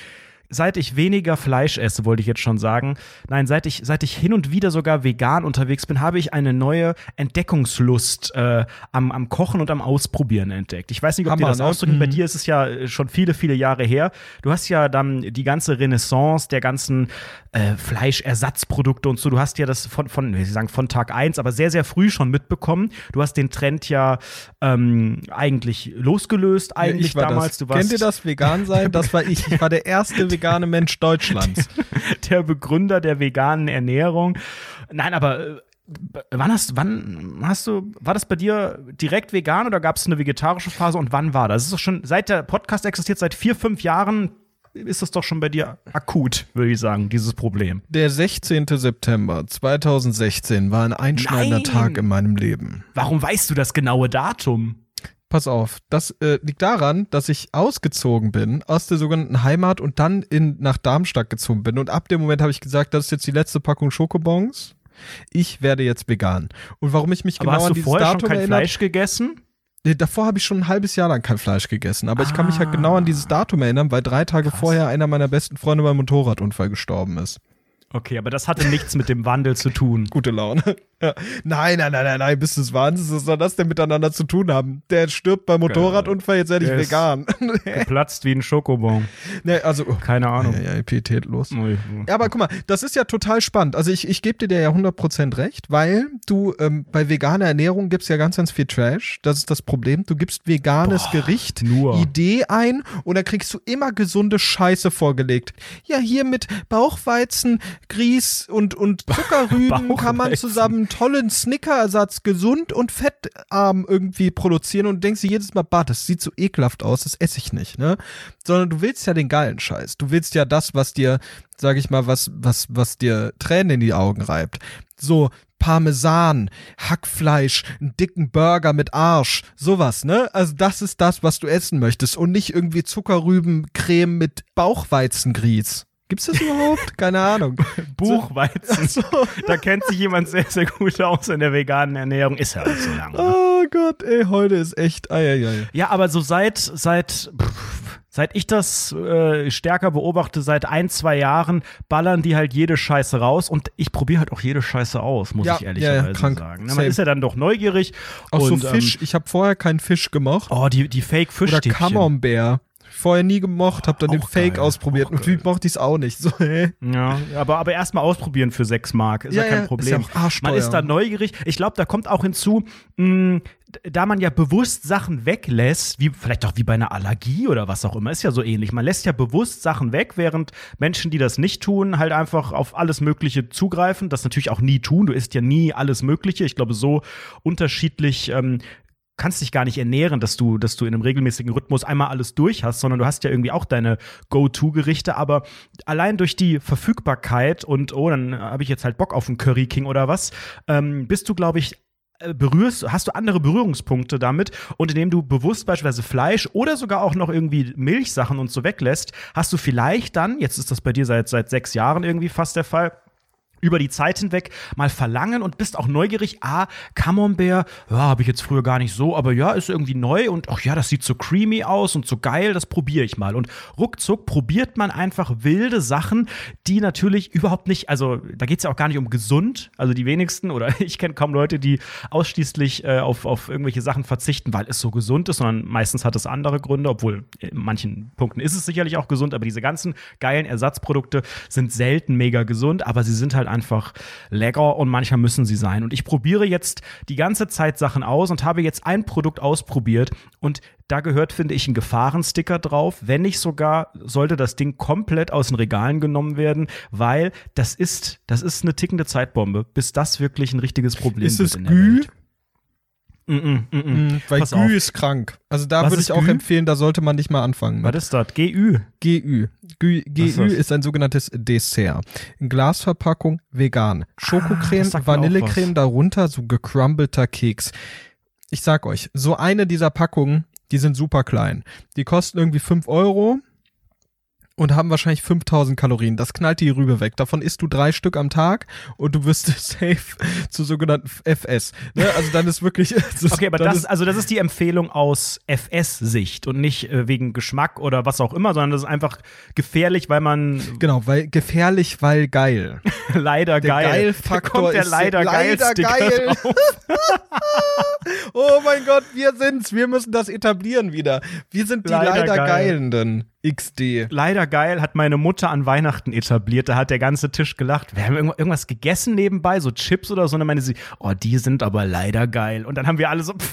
S2: Seit ich weniger Fleisch esse, wollte ich jetzt schon sagen, nein, seit ich, seit ich hin und wieder sogar vegan unterwegs bin, habe ich eine neue Entdeckungslust äh, am, am Kochen und am Ausprobieren entdeckt. Ich weiß nicht, ob dir
S1: Hammer,
S2: das
S1: ne?
S2: ausdrückt. Bei
S1: Mhm.
S2: dir ist es ja äh, schon viele, viele Jahre her. Du hast ja dann die ganze Renaissance der ganzen äh, Fleischersatzprodukte und so. Du hast ja das von, von, wie Sie sagen, von Tag eins, aber sehr, sehr früh schon mitbekommen. Du hast den Trend ja ähm, eigentlich losgelöst, eigentlich
S1: ich war
S2: damals.
S1: Das.
S2: Du warst
S1: Kennt ihr das Vegan sein? Das war ich. Ich war der erste vegane Mensch Deutschlands.
S2: der Begründer der veganen Ernährung. Nein, aber äh, wann hast, wann hast du, war das bei dir direkt vegan oder gab es eine vegetarische Phase und wann war das? Das ist doch schon, seit der Podcast existiert, seit vier, fünf Jahren ist das doch schon bei dir akut, würde ich sagen, dieses Problem.
S1: Der sechzehnten September zweitausendsechzehn war ein einschneidender
S2: Nein.
S1: Tag in meinem Leben.
S2: Warum weißt du das genaue Datum?
S1: Pass auf, das äh, liegt daran, dass ich ausgezogen bin aus der sogenannten Heimat und dann in, nach Darmstadt gezogen bin. Und ab dem Moment habe ich gesagt, das ist jetzt die letzte Packung Schokobons. Ich werde jetzt vegan. Und warum ich mich
S2: Aber
S1: genau
S2: hast
S1: an
S2: du
S1: dieses
S2: vorher
S1: Datum
S2: schon kein
S1: erinnert,
S2: Fleisch gegessen?
S1: Nee, davor habe ich schon ein halbes Jahr lang kein Fleisch gegessen. Aber ich kann mich halt
S2: Ah.
S1: genau an dieses Datum erinnern, weil drei Tage
S2: Krass.
S1: vorher einer meiner besten Freunde beim Motorradunfall gestorben ist.
S2: Okay, aber das hatte nichts mit dem Wandel zu tun.
S1: Gute Laune. Ja. Nein, nein, nein, nein, nein, bist du des Wahnsinns? Was soll das denn miteinander zu tun haben? Der stirbt beim Motorradunfall, jetzt werde ich
S2: Der ist-
S1: vegan.
S2: Geplatzt wie ein Schokobon.
S1: Nee, also, oh,
S2: Keine Ahnung.
S1: ja, ja, pietätlos.
S2: Ui.
S1: Ja, aber guck mal, das ist ja total spannend. Also ich, ich gebe dir ja hundert Prozent recht, weil du ähm, bei veganer Ernährung gibst ja ganz, ganz viel Trash. Das ist das Problem. Du gibst veganes
S2: Boah,
S1: Gericht,
S2: nur.
S1: Idee ein und dann kriegst du immer gesunde Scheiße vorgelegt. Ja, hier mit Bauchweizen, Grieß und, und Zuckerrüben kann man
S2: Bauchweizen.
S1: zusammen einen tollen Snickerersatz gesund und fettarm irgendwie produzieren und denkst dir jedes Mal, bah, das sieht so ekelhaft aus, das esse ich nicht, ne? Sondern du willst ja den geilen Scheiß. Du willst ja das, was dir, sag ich mal, was, was, was dir Tränen in die Augen reibt. So Parmesan, Hackfleisch, einen dicken Burger mit Arsch, sowas, ne? Also das ist das, was du essen möchtest und nicht irgendwie Zuckerrübencreme mit Bauchweizengrieß. Gibt's das überhaupt? Keine Ahnung.
S2: Buchweizen.
S1: So.
S2: Da kennt sich jemand sehr, sehr gut aus in der veganen Ernährung. Ist ja nicht so lange. Ne?
S1: Oh Gott, ey, heute ist echt, eieiei.
S2: Ja, aber so seit, seit, pff, seit ich das äh, stärker beobachte, seit ein, zwei Jahren, ballern die halt jede Scheiße raus und ich probiere halt auch jede Scheiße aus, muss
S1: Ja,
S2: ich ehrlicherweise
S1: ja, ja, krank.
S2: sagen. Ne,
S1: Same.
S2: Man ist ja dann doch neugierig.
S1: Auch
S2: und,
S1: so Fisch,
S2: Ähm,
S1: ich habe vorher keinen Fisch gemocht.
S2: oh, die, die
S1: Oder
S2: Fake-Fischstäbchen.
S1: Camembert. Vorher nie gemocht, hab dann
S2: Auch
S1: den Fake
S2: geil,
S1: ausprobiert
S2: auch
S1: und wie mochte ich es auch nicht. So, hä?
S2: Ja, aber, aber erst mal ausprobieren für sechs Mark. Ist ja,
S1: Ja,
S2: kein
S1: ja,
S2: Problem.
S1: ist ja auch arschteuer.
S2: Man ist da neugierig. Ich glaube, da kommt auch hinzu, mh, da man ja bewusst Sachen weglässt, wie vielleicht auch wie bei einer Allergie oder was auch immer, ist ja so ähnlich. Man lässt ja bewusst Sachen weg, während Menschen, die das nicht tun, halt einfach auf alles Mögliche zugreifen. Das natürlich auch nie tun. Du isst ja nie alles Mögliche. Ich glaube, so unterschiedlich ähm, kannst dich gar nicht ernähren, dass du, dass du in einem regelmäßigen Rhythmus einmal alles durch hast, sondern du hast ja irgendwie auch deine Go-To-Gerichte, aber allein durch die Verfügbarkeit und oh, dann habe ich jetzt halt Bock auf einen Curry King oder was, ähm, bist du, glaube ich, berührst, hast du andere Berührungspunkte damit und indem du bewusst beispielsweise Fleisch oder sogar auch noch irgendwie Milchsachen und so weglässt, hast du vielleicht dann, jetzt ist das bei dir seit, seit sechs Jahren irgendwie fast der Fall, über die Zeit hinweg mal verlangen und bist auch neugierig. Ah, Camembert, ja, habe ich jetzt früher gar nicht so, aber ja, ist irgendwie neu und ach ja, das sieht so creamy aus und so geil, das probiere ich mal. Und ruckzuck probiert man einfach wilde Sachen, die natürlich überhaupt nicht, also da geht es ja auch gar nicht um gesund, also die wenigsten oder ich kenne kaum Leute, die ausschließlich äh, auf, auf irgendwelche Sachen verzichten, weil es so gesund ist, sondern meistens hat es andere Gründe, obwohl in manchen Punkten ist es sicherlich auch gesund, aber diese ganzen geilen Ersatzprodukte sind selten mega gesund, aber sie sind halt einfach lecker und manchmal müssen sie sein. Und ich probiere jetzt die ganze Zeit Sachen aus und habe jetzt ein Produkt ausprobiert und da gehört, finde ich, ein Gefahrensticker drauf. Wenn nicht sogar, sollte das Ding komplett aus den Regalen genommen werden, weil das ist, das ist eine tickende Zeitbombe, bis das wirklich ein richtiges Problem
S1: ist
S2: wird
S1: es
S2: in der
S1: Gü?
S2: Welt. Mm -mm, mm -mm.
S1: Mhm, weil
S2: Pass
S1: Gü
S2: auf.
S1: ist krank. Also da
S2: Was
S1: würde
S2: ist
S1: ich auch
S2: Gü?
S1: empfehlen, da sollte man nicht mal anfangen. mit.
S2: Was ist das? G Ü.
S1: G Ü. Gü, G
S2: Was
S1: Ü
S2: ist das?
S1: ist ein sogenanntes Dessert. In Glasverpackung, vegan. Schokocreme,
S2: das sagt mir auch
S1: Vanillecreme,
S2: was.
S1: darunter so gecrumbelter Keks. Ich sag euch, so eine dieser Packungen, die sind super klein. Die kosten irgendwie fünf Euro und haben wahrscheinlich fünftausend Kalorien. Das knallt die Rübe weg. Davon isst du drei Stück am Tag und du wirst safe zu sogenannten F S. Ne? Also dann ist wirklich... es ist-
S2: Okay, aber
S1: dann
S2: das,
S1: ist,
S2: also das ist die Empfehlung aus F S-Sicht und nicht äh, wegen Geschmack oder was auch immer, sondern das ist einfach gefährlich, weil man
S1: genau, weil gefährlich, weil geil.
S2: leider
S1: Der
S2: geil.
S1: Geil-Faktor
S2: Da kommt der
S1: ist
S2: leider, geil
S1: leider
S2: Sticker
S1: geil.
S2: drauf.
S1: Oh mein Gott, wir sind's. Wir müssen das etablieren wieder. Wir sind die
S2: Leider
S1: leider,
S2: geil.
S1: Geilenden. X D.
S2: Leider geil hat meine Mutter an Weihnachten etabliert. Da hat der ganze Tisch gelacht. Wir haben irgend- irgendwas gegessen nebenbei, so Chips oder so. Und dann meinte sie, oh, die sind aber leider geil. Und dann haben wir alle so,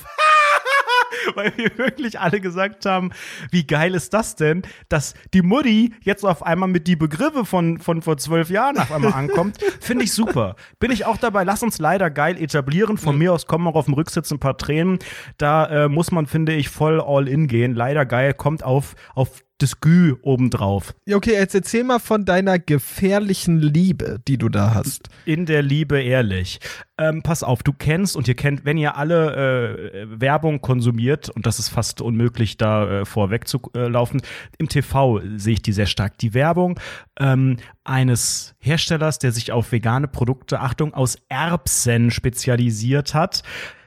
S2: weil wir wirklich alle gesagt haben, wie geil ist das denn, dass die Mutti jetzt auf einmal mit die Begriffe von, von vor zwölf Jahren auf einmal ankommt. Finde ich super. Bin ich auch dabei. Lass uns leider geil etablieren. Von mir aus kommen auch auf dem Rücksitz ein paar Tränen. Da äh, muss man, finde ich, voll all in gehen. Leider geil kommt auf, auf das Gü obendrauf.
S1: Ja, okay, jetzt erzähl mal von deiner gefährlichen Liebe, die du da hast.
S2: In der Liebe ehrlich. Ähm, pass auf, du kennst und ihr kennt, wenn ihr alle äh, Werbung konsumiert, und das ist fast unmöglich, da äh, vorweg zu äh, laufen, im T V sehe ich die sehr stark. Die Werbung ähm, eines Herstellers, der sich auf vegane Produkte, Achtung, aus Erbsen spezialisiert hat.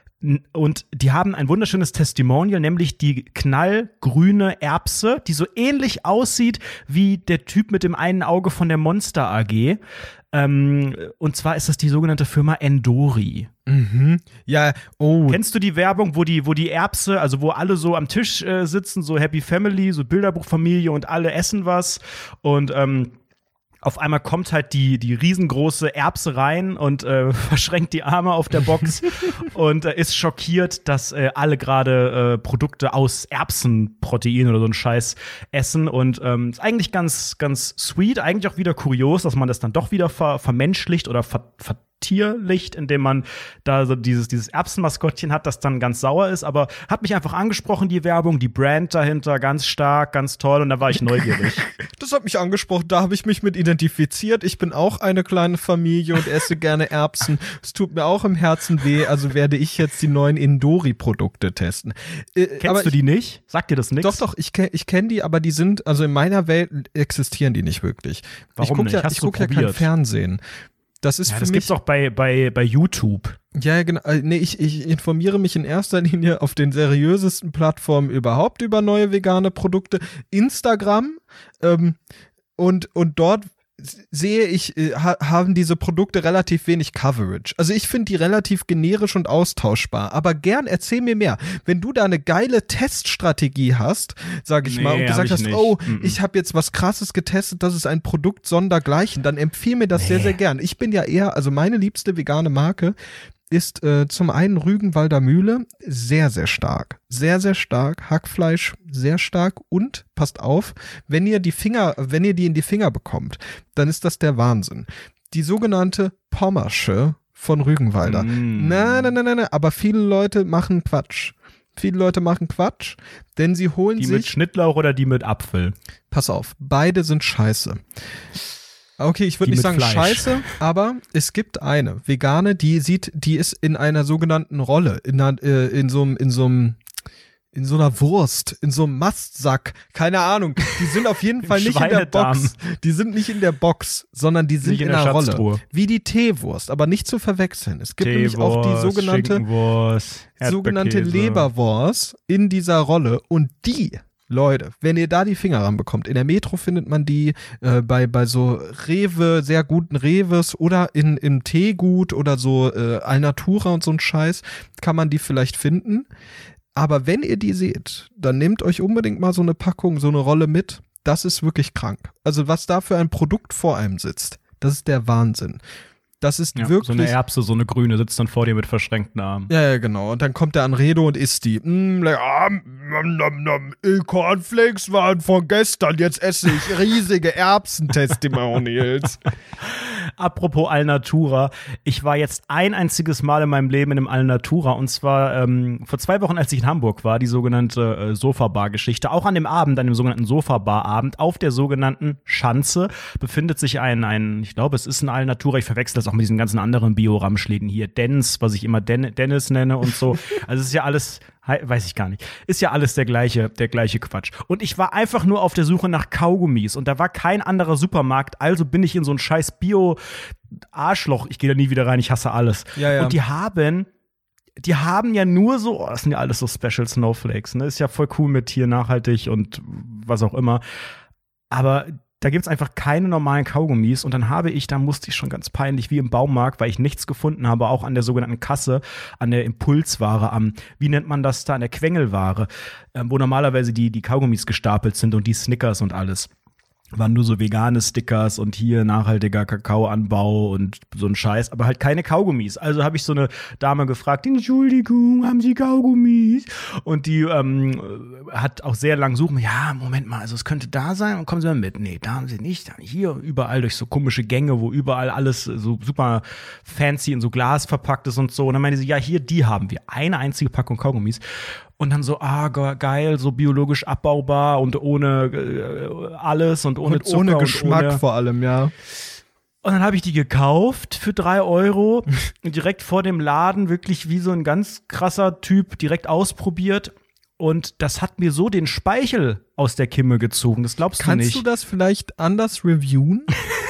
S2: Und die haben ein wunderschönes Testimonial, nämlich die knallgrüne Erbse, die so ähnlich aussieht wie der Typ mit dem einen Auge von der Monster A G. Ähm, und zwar ist das die sogenannte Firma Endori.
S1: Mhm. Ja, oh.
S2: Kennst du die Werbung, wo die, wo die Erbse, also wo alle so am Tisch äh, sitzen, so Happy Family, so Bilderbuchfamilie und alle essen was und ähm, auf einmal kommt halt die, die riesengroße Erbse rein und äh, verschränkt die Arme auf der Box und äh, ist schockiert, dass äh, alle gerade äh, Produkte aus Erbsenprotein oder so ein Scheiß essen. Und ähm, ist eigentlich ganz, ganz sweet, eigentlich auch wieder kurios, dass man das dann doch wieder ver vermenschlicht oder ver vertierlicht, indem man da so dieses, dieses Erbsenmaskottchen hat, das dann ganz sauer ist. Aber hat mich einfach angesprochen, die Werbung, die Brand dahinter, ganz stark, ganz toll. Und da war ich neugierig.
S1: Das hat mich angesprochen, da habe ich mich mit identifiziert. Ich bin auch eine kleine Familie und esse gerne Erbsen. Es tut mir auch im Herzen weh, also werde ich jetzt die neuen Indori-Produkte testen. Äh,
S2: Kennst
S1: aber
S2: du die nicht? Sagt dir das nichts?
S1: Doch, doch, ich kenne ich kenn die, aber die sind, also in meiner Welt existieren die nicht wirklich.
S2: Warum
S1: ich guck
S2: nicht?
S1: ja,
S2: Hast
S1: ich
S2: du
S1: guck ja kein
S2: probiert?
S1: Fernsehen. Das ist
S2: Ja,
S1: für
S2: das
S1: mich.
S2: gibt's auch bei, bei, bei YouTube.
S1: Ja, ja, genau. Äh, Nee, ich, ich informiere mich in erster Linie auf den seriösesten Plattformen überhaupt über neue vegane Produkte. Instagram. Ähm, und, und dort sehe ich, äh, ha, haben diese Produkte relativ wenig Coverage. Also ich finde die relativ generisch und austauschbar. Aber gern, erzähl mir mehr. Wenn du da eine geile Teststrategie hast, sag ich
S2: Nee,
S1: mal, und
S2: hab
S1: gesagt
S2: ich
S1: hast,
S2: nicht.
S1: oh,
S2: Mm-mm.
S1: ich habe jetzt was Krasses getestet, das ist ein Produkt sondergleichen, dann empfehle mir das sehr, sehr gern. Ich bin ja eher, also meine liebste vegane Marke ist äh, zum einen Rügenwalder Mühle, sehr, sehr stark. Sehr, sehr stark. Hackfleisch, sehr stark. Und, passt auf, wenn ihr die Finger, wenn ihr die in die Finger bekommt, dann ist das der Wahnsinn. Die sogenannte Pommersche von Rügenwalder.
S2: Mm.
S1: Nein, nein, nein, nein, nein, aber viele Leute machen Quatsch. Viele Leute machen Quatsch, denn sie holen
S2: Die mit
S1: sich,
S2: Schnittlauch oder die mit Apfel?
S1: pass auf, beide sind scheiße. Okay, ich würde
S2: Die
S1: nicht
S2: mit
S1: sagen
S2: Fleisch.
S1: scheiße, aber es gibt eine vegane, die sieht, die ist in einer sogenannten Rolle, in, einer, äh, in so einem, in so einem, in so einer Wurst, in so einem Mastsack, keine Ahnung. Die sind auf jeden Fall nicht in der
S2: Schweinedarm.
S1: Box. Die sind nicht in der Box, sondern die sind
S2: Nicht
S1: in,
S2: in der
S1: einer Rolle.
S2: Schatztruhe.
S1: Wie die Teewurst, aber nicht zu verwechseln. Es gibt nämlich auch die sogenannte,
S2: Schinkenwurst,
S1: sogenannte
S2: Erdbeerkäse.
S1: Leberwurst in dieser Rolle und die, Leute, wenn ihr da die Finger ranbekommt, in der Metro findet man die, äh, bei, bei so Rewe, sehr guten Reves oder in, im Teegut oder so äh, Alnatura und so ein Scheiß, kann man die vielleicht finden. Aber wenn ihr die seht, dann nehmt euch unbedingt mal so eine Packung, so eine Rolle mit. Das ist wirklich krank. Also was da für ein Produkt vor einem sitzt, das ist der Wahnsinn. Das ist
S2: Ja,
S1: wirklich.
S2: so eine Erbse, so eine grüne, sitzt dann vor dir mit verschränkten Armen.
S1: Ja, ja, genau. Und dann kommt der Anredo und isst die. Mm, lecker, ah, nom, nom, nom. Die Cornflakes waren von gestern, jetzt esse ich riesige Erbsen-Testimonials.
S2: Apropos Alnatura, ich war jetzt ein einziges Mal in meinem Leben in einem Alnatura und zwar ähm, vor zwei Wochen, als ich in Hamburg war, die sogenannte äh, Sofa-Bar-Geschichte. Auch an dem Abend, an dem sogenannten Sofa-Bar-Abend, auf der sogenannten Schanze befindet sich ein, ein, ich glaube, es ist ein Alnatura, ich verwechsel das auch mit diesen ganzen anderen Bio-Ramschläden hier, Dennis, was ich immer Den- Dennis nenne und so. Also es ist ja alles, weiß ich gar nicht, ist ja alles der gleiche, der gleiche Quatsch. Und ich war einfach nur auf der Suche nach Kaugummis und da war kein anderer Supermarkt, also bin ich in so ein scheiß Bio-Arschloch, ich gehe da nie wieder rein, ich hasse alles.
S1: Ja, ja.
S2: Und die haben Die haben ja nur so, oh, das sind ja alles so Special Snowflakes, ne? Ist ja voll cool mit hier nachhaltig und was auch immer. Aber da gibt's einfach keine normalen Kaugummis und dann habe ich, da musste ich schon ganz peinlich wie im Baumarkt, weil ich nichts gefunden habe, auch an der sogenannten Kasse, an der Impulsware, am, wie nennt man das da, an der Quengelware, äh, wo normalerweise die, die Kaugummis gestapelt sind und die Snickers und alles. Waren nur so vegane Stickers und hier nachhaltiger Kakaoanbau und so ein Scheiß, aber halt keine Kaugummis. Also habe ich so eine Dame gefragt, Entschuldigung, haben Sie Kaugummis? Und die ähm, hat auch sehr lang suchen, ja, Moment mal, also es könnte da sein und kommen Sie mal mit. Nee, da haben Sie nicht, da hier überall durch so komische Gänge, wo überall alles so super fancy in so Glas verpackt ist und so. Und dann meinte sie, ja, hier, die haben wir. Eine einzige Packung Kaugummis. Und dann so, ah, ge- geil, so biologisch abbaubar und ohne äh, alles und ohne
S1: Und
S2: Zucker
S1: ohne Geschmack
S2: und ohne
S1: vor allem, ja.
S2: Und dann habe ich die gekauft für drei Euro, direkt vor dem Laden, wirklich wie so ein ganz krasser Typ, direkt ausprobiert. Und das hat mir so den Speichel aus der Kimme gezogen, das glaubst
S1: Kannst
S2: du nicht.
S1: du das vielleicht anders reviewen?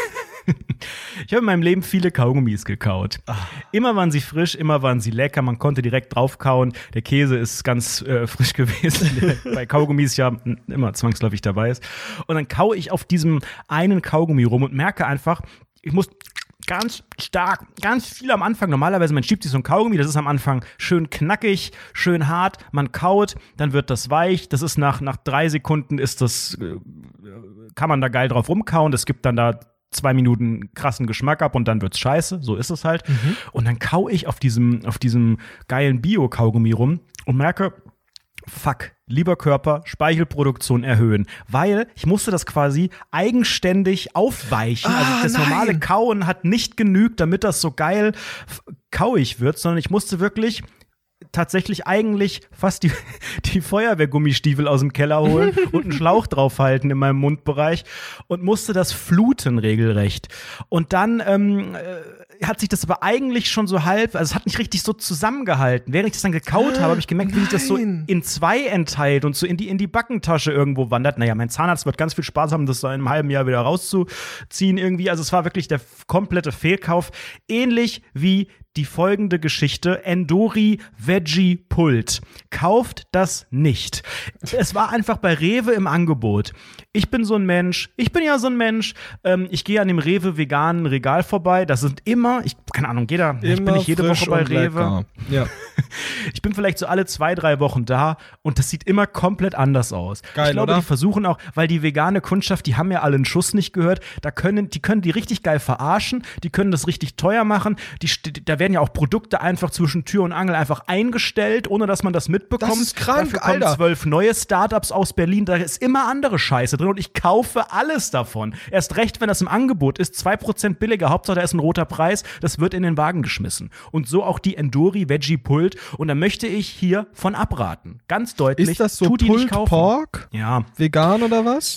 S2: Ich habe in meinem Leben viele Kaugummis gekaut. Immer waren sie frisch, immer waren sie lecker, man konnte direkt draufkauen. Der Käse ist ganz äh, frisch gewesen, der bei Kaugummis ja immer zwangsläufig dabei ist. Und dann kaue ich auf diesem einen Kaugummi rum und merke einfach, ich muss ganz stark, ganz viel am Anfang. Normalerweise, man schiebt sich so ein Kaugummi, das ist am Anfang schön knackig, schön hart. Man kaut, dann wird das weich. Das ist nach, nach drei Sekunden ist das, äh, kann man da geil drauf rumkauen. Es gibt dann da zwei Minuten krassen Geschmack ab und dann wird's scheiße. So ist es halt. Mhm. Und dann kau ich auf diesem, auf diesem geilen Bio-Kaugummi rum und merke, fuck, lieber Körper, Speichelproduktion erhöhen. Weil ich musste das quasi eigenständig aufweichen.
S1: Ah,
S2: also das
S1: nein.
S2: normale Kauen hat nicht genügt, damit das so geil f- kauig wird, sondern ich musste wirklich tatsächlich eigentlich fast die, die Feuerwehrgummistiefel aus dem Keller holen und einen Schlauch draufhalten in meinem Mundbereich und musste das fluten regelrecht. Und dann ähm, äh, hat sich das aber eigentlich schon so halb, also es hat nicht richtig so zusammengehalten. Während ich das dann gekaut habe, habe ich gemerkt, wie sich das so
S1: Nein.
S2: in zwei entteilt und so in die, in die Backentasche irgendwo wandert. Naja, mein Zahnarzt wird ganz viel Spaß haben, das so in einem halben Jahr wieder rauszuziehen irgendwie. Also es war wirklich der komplette Fehlkauf. Ähnlich wie die folgende Geschichte, Endori Veggie Pult. Kauft das nicht. Es war einfach bei Rewe im Angebot. Ich bin so ein Mensch, ich bin ja so ein Mensch, ähm, ich gehe an dem Rewe veganen Regal vorbei, das sind immer, ich, keine Ahnung, jeder, ich bin
S1: Immer
S2: nicht jede
S1: frisch
S2: Woche bei
S1: und
S2: Rewe.
S1: lecker. Ja.
S2: Ich bin vielleicht so alle zwei, drei Wochen da und das sieht immer komplett anders aus.
S1: Geil,
S2: ich glaube,
S1: oder?
S2: die versuchen auch, weil die vegane Kundschaft, die haben ja alle einen Schuss nicht gehört, da können, die können die richtig geil verarschen, die können das richtig teuer machen, die, st- da werden ja auch Produkte einfach zwischen Tür und Angel einfach eingestellt, ohne dass man das mitbekommt.
S1: Das ist krank,
S2: Dafür kommen
S1: Alter.
S2: zwölf neue Startups aus Berlin, da ist immer andere Scheiße drin und ich kaufe alles davon. Erst recht, wenn das im Angebot ist, zwei Prozent billiger, Hauptsache da ist ein roter Preis, das wird in den Wagen geschmissen. Und so auch die Endori Veggie Pult und da möchte ich hier von abraten. Ganz deutlich.
S1: Ist das so
S2: Tut die nicht
S1: Pulled
S2: kaufen.
S1: Pork?
S2: Ja.
S1: Vegan oder was?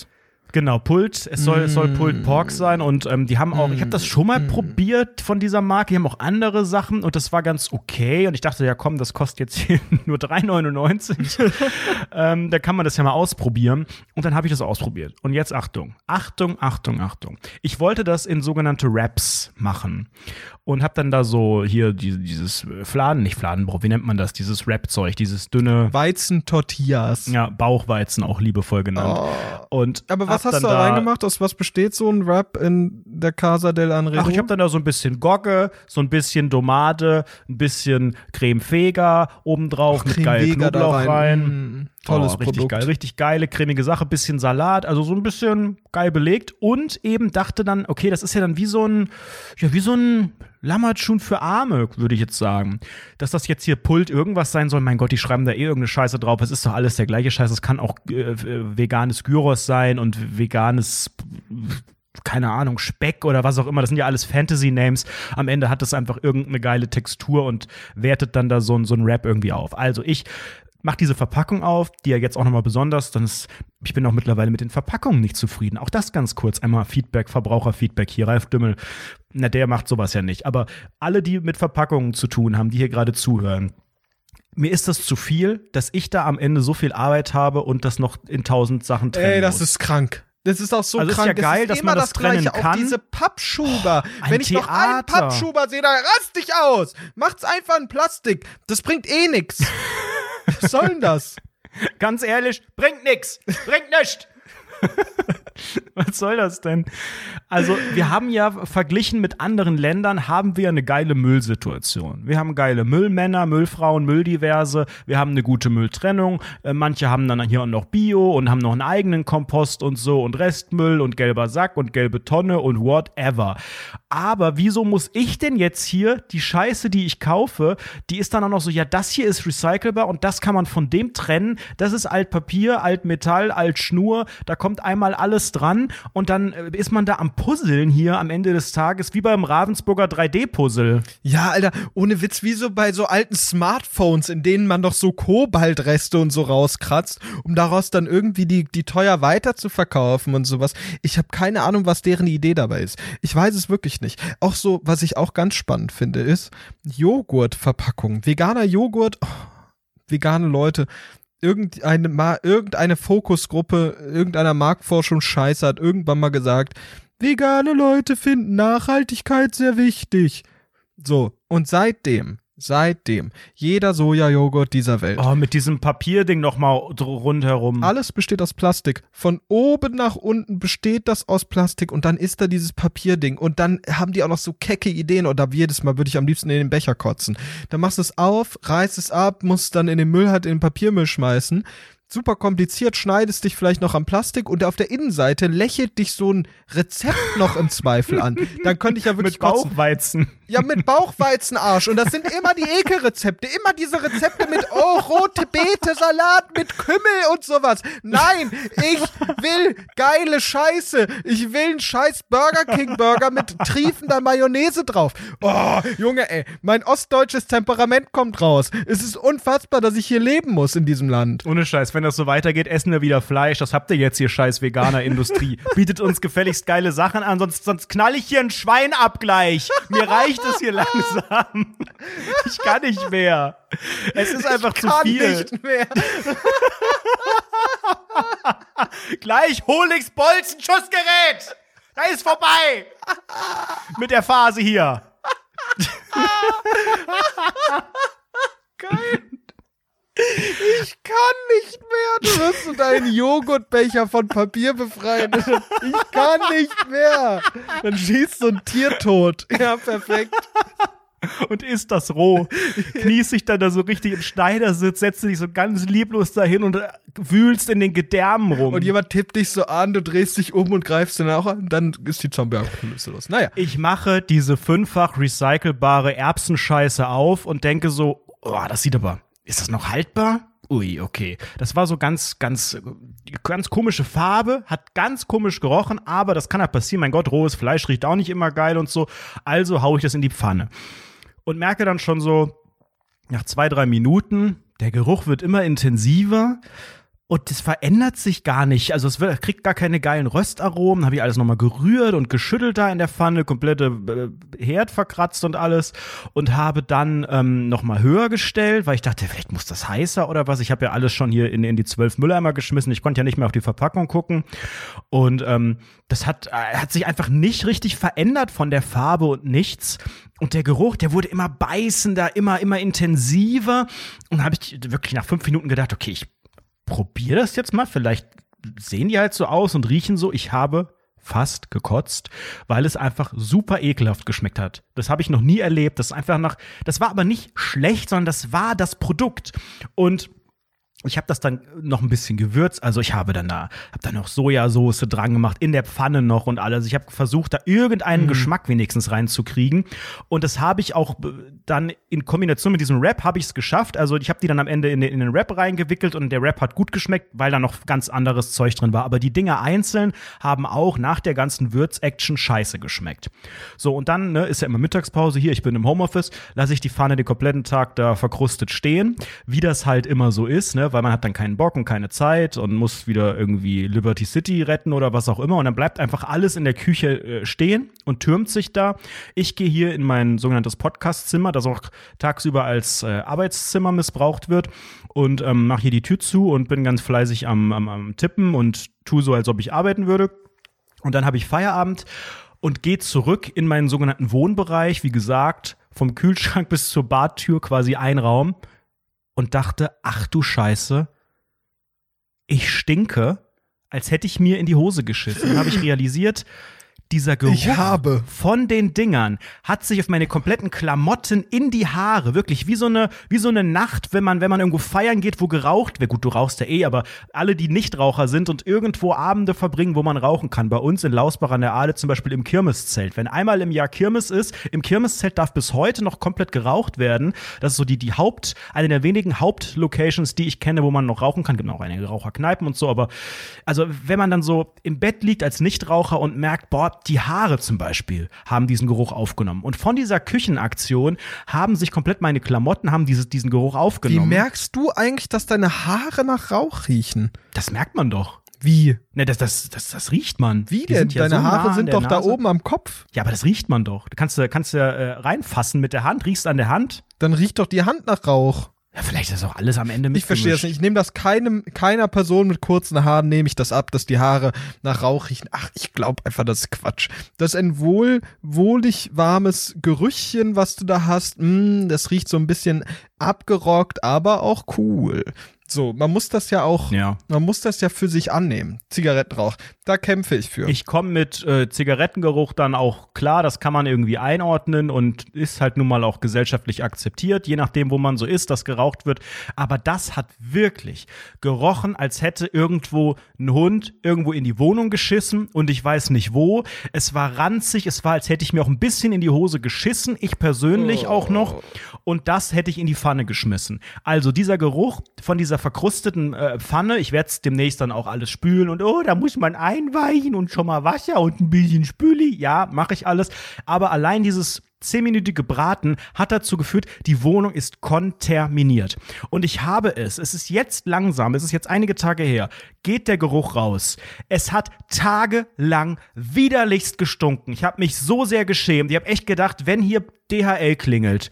S2: Genau, Pulled, es soll, es soll Pulled Pork sein und ähm, die haben auch, ich habe das schon mal probiert von dieser Marke, die haben auch andere Sachen und das war ganz okay und ich dachte, ja komm, das kostet jetzt hier nur drei neunundneunzig, ähm, da kann man das ja mal ausprobieren und dann habe ich das ausprobiert und jetzt Achtung, Achtung, Achtung, Achtung. Ich wollte das in sogenannte Wraps machen und habe dann da so hier die, dieses Fladen, nicht Fladenbrot, wie nennt man das, dieses Wrap-Zeug, dieses dünne
S1: Weizen-Tortillas.
S2: Ja, Bauchweizen auch liebevoll genannt.
S1: Oh.
S2: Und
S1: Aber was
S2: hab
S1: hast du
S2: dann
S1: da reingemacht? Aus was besteht so ein Wrap in der Casa del Anredo?
S2: Ach, ich habe dann da so ein bisschen Gogge, so ein bisschen Domate, ein bisschen Creme Fega obendrauf mit geil Knoblauch rein. rein.
S1: Mm, tolles
S2: oh, richtig
S1: Produkt.
S2: geil, richtig geile, cremige Sache, bisschen Salat, also so ein bisschen geil belegt und eben dachte dann, okay, das ist ja dann wie so ein, ja, wie so ein Lammertschun für Arme, würde ich jetzt sagen. Dass das jetzt hier Pult irgendwas sein soll, mein Gott, die schreiben da eh irgendeine Scheiße drauf. Es ist doch alles der gleiche Scheiß. Es kann auch äh, veganes Gyros sein und veganes, keine Ahnung, Speck oder was auch immer. Das sind ja alles Fantasy-Names. Am Ende hat das einfach irgendeine geile Textur und wertet dann da so, so ein Wrap irgendwie auf. Also ich mach diese Verpackung auf, die ja jetzt auch nochmal besonders, dann ist, ich bin auch mittlerweile mit den Verpackungen nicht zufrieden. Auch das ganz kurz, einmal Feedback, Verbraucherfeedback hier, Ralf Dümmel, na, der macht sowas ja nicht. Aber alle, die mit Verpackungen zu tun haben, die hier gerade zuhören, mir ist das zu viel, dass ich da am Ende so viel Arbeit habe und das noch in tausend Sachen trennen
S1: Ey, das
S2: muss.
S1: ist krank. Das ist auch so
S2: Also ist
S1: krank.
S2: ja geil,
S1: es ist
S2: dass
S1: immer
S2: man das
S1: das Gleiche.
S2: trennen kann.
S1: Auch diese Pappschuber.
S2: Ein
S1: Wenn ich noch einen
S2: Theater.
S1: Pappschuber sehe, dann rast dich aus. Macht's einfach in Plastik. Das bringt eh nix. Was soll denn das?
S2: Ganz ehrlich, bringt nix, bringt nichts. Was soll das denn? Also, wir haben ja verglichen mit anderen Ländern, haben wir eine geile Müllsituation. Wir haben geile Müllmänner, Müllfrauen, Mülldiverse, wir haben eine gute Mülltrennung. Äh, manche haben dann hier auch noch Bio und haben noch einen eigenen Kompost und so und Restmüll und gelber Sack und gelbe Tonne und whatever. Aber wieso muss ich denn jetzt hier die Scheiße, die ich kaufe, die ist dann auch noch so, ja, das hier ist recycelbar und das kann man von dem trennen. Das ist Altpapier, Altmetall, Altschnur, da kommt einmal alles dran und dann ist man da am Puzzeln hier am Ende des Tages, wie beim Ravensburger drei D-Puzzle.
S1: Ja, Alter, ohne Witz, wie so bei so alten Smartphones, in denen man doch so Kobaltreste und so rauskratzt, um daraus dann irgendwie die, die teuer weiter zu verkaufen und sowas. Ich habe keine Ahnung, was deren Idee dabei ist. Ich weiß es wirklich nicht. Auch so, was ich auch ganz spannend finde, ist Joghurtverpackung. Veganer Joghurt, oh, vegane Leute, irgendeine, mal, irgendeine Fokusgruppe, irgendeiner Marktforschung Scheiße hat irgendwann mal gesagt, vegane Leute finden Nachhaltigkeit sehr wichtig. So, und seitdem, seitdem, jeder Sojajoghurt dieser Welt.
S2: Oh, mit diesem Papierding noch mal rundherum.
S1: Alles besteht aus Plastik. Von oben nach unten besteht das aus Plastik und dann ist da dieses Papierding und dann haben die auch noch so kecke Ideen und ab jedes Mal würde ich am liebsten in den Becher kotzen. Dann machst du es auf, reißt es ab, musst dann in den Müll halt in den Papiermüll schmeißen. Super kompliziert, schneidest dich vielleicht noch am Plastik und auf der Innenseite lächelt dich so ein Rezept noch im Zweifel an. Dann könnte ich ja wirklich
S2: mit Bauchweizen.
S1: Ja, mit Bauchweizenarsch. Und das sind immer die Ekelrezepte. Immer diese Rezepte mit, oh, rote Beete, Salat mit Kümmel und sowas. Nein, ich will geile Scheiße. Ich will einen scheiß Burger King Burger mit triefender Mayonnaise drauf. Oh, Junge, ey, mein ostdeutsches Temperament kommt raus. Es ist unfassbar, dass ich hier leben muss in diesem Land.
S2: Ohne Scheiß, wenn das so weitergeht, essen wir wieder Fleisch. Das habt ihr jetzt hier, scheiß veganer Industrie. Bietet uns gefälligst geile Sachen an, sonst, sonst knall ich hier ein Schwein ab gleich. Mir reicht es hier langsam. Ich kann nicht mehr. Es ist einfach
S1: ich
S2: zu
S1: kann
S2: viel.
S1: Nicht mehr.
S2: Gleich hol ich's Bolzenschussgerät. Da ist vorbei. Mit der Phase hier.
S1: Geil. Ich kann nicht mehr. Du wirst so deinen Joghurtbecher von Papier befreien. Ich kann nicht mehr. Dann schießt so ein Tier tot. Ja, perfekt.
S2: Und isst das roh. Kniest dich dann da so richtig im Schneidersitz, setzt dich so ganz lieblos dahin und wühlst in den Gedärmen rum.
S1: Und jemand tippt dich so an, du drehst dich um und greifst dann auch an, dann ist die Zombie-Apokalypse los. Naja.
S2: Ich mache diese fünffach recycelbare Erbsenscheiße auf und denke so, oh, das sieht aber, ist das noch haltbar? Ui, okay. Das war so ganz, ganz, ganz komische Farbe, hat ganz komisch gerochen, aber das kann ja passieren. Mein Gott, rohes Fleisch riecht auch nicht immer geil und so. Also hau ich das in die Pfanne. Und merke dann schon so, nach zwei, drei Minuten, der Geruch wird immer intensiver Und das verändert sich gar nicht. Also es wird, kriegt gar keine geilen Röstaromen. Habe ich alles nochmal gerührt und geschüttelt da in der Pfanne, komplette äh, Herd verkratzt und alles. Und habe dann ähm, nochmal höher gestellt, weil ich dachte, vielleicht muss das heißer oder was. Ich habe ja alles schon hier in, in die zwölf Mülleimer geschmissen. Ich konnte ja nicht mehr auf die Verpackung gucken. Und ähm, das hat, äh, hat sich einfach nicht richtig verändert von der Farbe und nichts. Und der Geruch, der wurde immer beißender, immer, immer intensiver. Und habe ich wirklich nach fünf Minuten gedacht, okay, ich probier das jetzt mal, vielleicht sehen die halt so aus und riechen so. Ich habe fast gekotzt, weil es einfach super ekelhaft geschmeckt hat. Das habe ich noch nie erlebt. Das ist einfach nach, das war aber nicht schlecht, sondern das war das Produkt. Und ich habe das dann noch ein bisschen gewürzt, also ich habe dann da, habe dann noch Sojasauce dran gemacht, in der Pfanne noch und alles. Ich habe versucht, da irgendeinen mhm. Geschmack wenigstens reinzukriegen. Und das habe ich auch dann in Kombination mit diesem Wrap habe ich es geschafft. Also ich habe die dann am Ende in den, in den Wrap reingewickelt und der Wrap hat gut geschmeckt, weil da noch ganz anderes Zeug drin war. Aber die Dinger einzeln haben auch nach der ganzen Würz-Action scheiße geschmeckt. So, und dann ne, ist ja immer Mittagspause hier, ich bin im Homeoffice, lasse ich die Pfanne den kompletten Tag da verkrustet stehen, wie das halt immer so ist, ne, weil man hat dann keinen Bock und keine Zeit und muss wieder irgendwie Liberty City retten oder was auch immer und dann bleibt einfach alles in der Küche äh, stehen und türmt sich da. Ich gehe hier in mein sogenanntes Podcast-Zimmer, das auch tagsüber als äh, Arbeitszimmer missbraucht wird und ähm, mache hier die Tür zu und bin ganz fleißig am, am, am Tippen und tue so, als ob ich arbeiten würde. Und dann habe ich Feierabend und gehe zurück in meinen sogenannten Wohnbereich, wie gesagt, vom Kühlschrank bis zur Badtür quasi ein Raum. Und dachte, ach du Scheiße, ich stinke, als hätte ich mir in die Hose geschissen. Dann habe ich realisiert, dieser Geruch
S1: ich habe.
S2: von den Dingern hat sich auf meine kompletten Klamotten in die Haare, wirklich wie so eine wie so eine Nacht, wenn man wenn man irgendwo feiern geht, wo geraucht wird. Gut, du rauchst ja eh, aber alle, die Nichtraucher sind und irgendwo Abende verbringen, wo man rauchen kann. Bei uns in Lausbach an der Aale zum Beispiel im Kirmeszelt. Wenn einmal im Jahr Kirmes ist, im Kirmeszelt darf bis heute noch komplett geraucht werden. Das ist so die die Haupt, eine der wenigen Hauptlocations, die ich kenne, wo man noch rauchen kann. Gibt auch einige Raucherkneipen und so, aber also wenn man dann so im Bett liegt als Nichtraucher und merkt, boah, die Haare zum Beispiel haben diesen Geruch aufgenommen. Und von dieser Küchenaktion haben sich komplett meine Klamotten, haben dieses, diesen Geruch aufgenommen.
S1: Wie merkst du eigentlich, dass deine Haare nach Rauch riechen?
S2: Das merkt man doch.
S1: Wie?
S2: Ne, das, das, das, das riecht man.
S1: Wie denn? Ja Deine so Haare nah sind doch da oben am Kopf.
S2: Ja, aber das riecht man doch. Du kannst, kannst ja äh, reinfassen mit der Hand, riechst an der Hand.
S1: Dann riecht doch die Hand nach Rauch.
S2: Ja, vielleicht ist auch alles am Ende mit.
S1: Ich verstehe das nicht. Ich nehme das keinem, keiner Person mit kurzen Haaren nehme ich das ab, dass die Haare nach Rauch riechen. Ach, ich glaube einfach, das ist Quatsch. Das ist ein wohl, wohlig warmes Gerüchchen, was du da hast. Mm, das riecht so ein bisschen abgerockt, aber auch cool. So, man muss das ja auch,
S2: ja.
S1: man muss das ja für sich annehmen. Zigarettenrauch, da kämpfe ich für.
S2: Ich komme mit äh, Zigarettengeruch dann auch klar, das kann man irgendwie einordnen und ist halt nun mal auch gesellschaftlich akzeptiert, je nachdem, wo man so ist, dass geraucht wird. Aber das hat wirklich gerochen, als hätte irgendwo ein Hund irgendwo in die Wohnung geschissen und ich weiß nicht wo. Es war ranzig, es war, als hätte ich mir auch ein bisschen in die Hose geschissen, ich persönlich oh. auch noch. Und das hätte ich in die Pfanne geschmissen. Also dieser Geruch von dieser verkrusteten äh, Pfanne, ich werde es demnächst dann auch alles spülen und oh, da muss man einweichen und schon mal Wasser und ein bisschen Spüli. Ja, mache ich alles. Aber allein dieses zehnminütige Braten hat dazu geführt, die Wohnung ist konterminiert. Und ich habe es, es ist jetzt langsam, es ist jetzt einige Tage her, geht der Geruch raus. Es hat tagelang widerlichst gestunken. Ich habe mich so sehr geschämt. Ich habe echt gedacht, wenn hier D H L klingelt,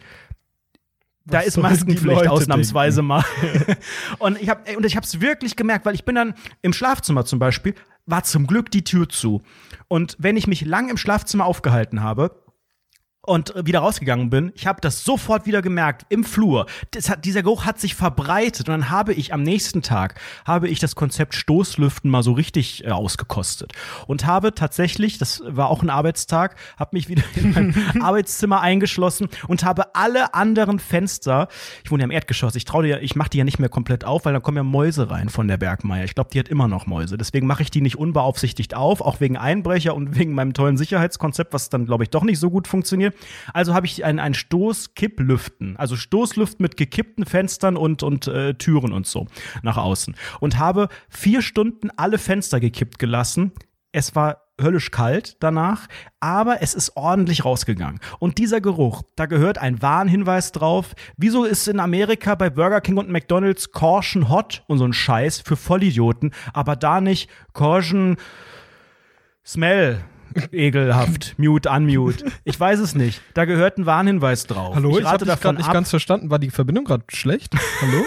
S2: da ist Maskenpflicht ausnahmsweise denken? mal. Und ich habe und ich habe es wirklich gemerkt, weil ich bin dann im Schlafzimmer zum Beispiel, war zum Glück die Tür zu. Und wenn ich mich lang im Schlafzimmer aufgehalten habe und wieder rausgegangen bin, ich habe das sofort wieder gemerkt im Flur. Das hat, dieser Geruch hat sich verbreitet und dann habe ich am nächsten Tag habe ich das Konzept Stoßlüften mal so richtig äh, ausgekostet und habe tatsächlich, das war auch ein Arbeitstag, habe mich wieder in mein Arbeitszimmer eingeschlossen und habe alle anderen Fenster, ich wohne ja im Erdgeschoss, ich traue dir, ich mache die ja nicht mehr komplett auf, weil dann kommen ja Mäuse rein von der Bergmeier. Ich glaube, die hat immer noch Mäuse. Deswegen mache ich die nicht unbeaufsichtigt auf, auch wegen Einbrecher und wegen meinem tollen Sicherheitskonzept, was dann glaube ich doch nicht so gut funktioniert. Also habe ich ein, ein Stoßkipplüften, also Stoßlüften mit gekippten Fenstern und, und äh, Türen und so nach außen. Und habe vier Stunden alle Fenster gekippt gelassen. Es war höllisch kalt danach, aber es ist ordentlich rausgegangen. Und dieser Geruch, da gehört ein Warnhinweis drauf. Wieso ist in Amerika bei Burger King und McDonald's Caution Hot und so ein Scheiß für Vollidioten, aber da nicht Caution Smell? Ekelhaft. Mute, unmute. Ich weiß es nicht. Da gehört ein Warnhinweis drauf.
S1: Hallo, ich,
S2: ich
S1: ich
S2: rate
S1: habe dich gerade nicht
S2: ab.
S1: ganz verstanden. War die Verbindung gerade schlecht? Hallo?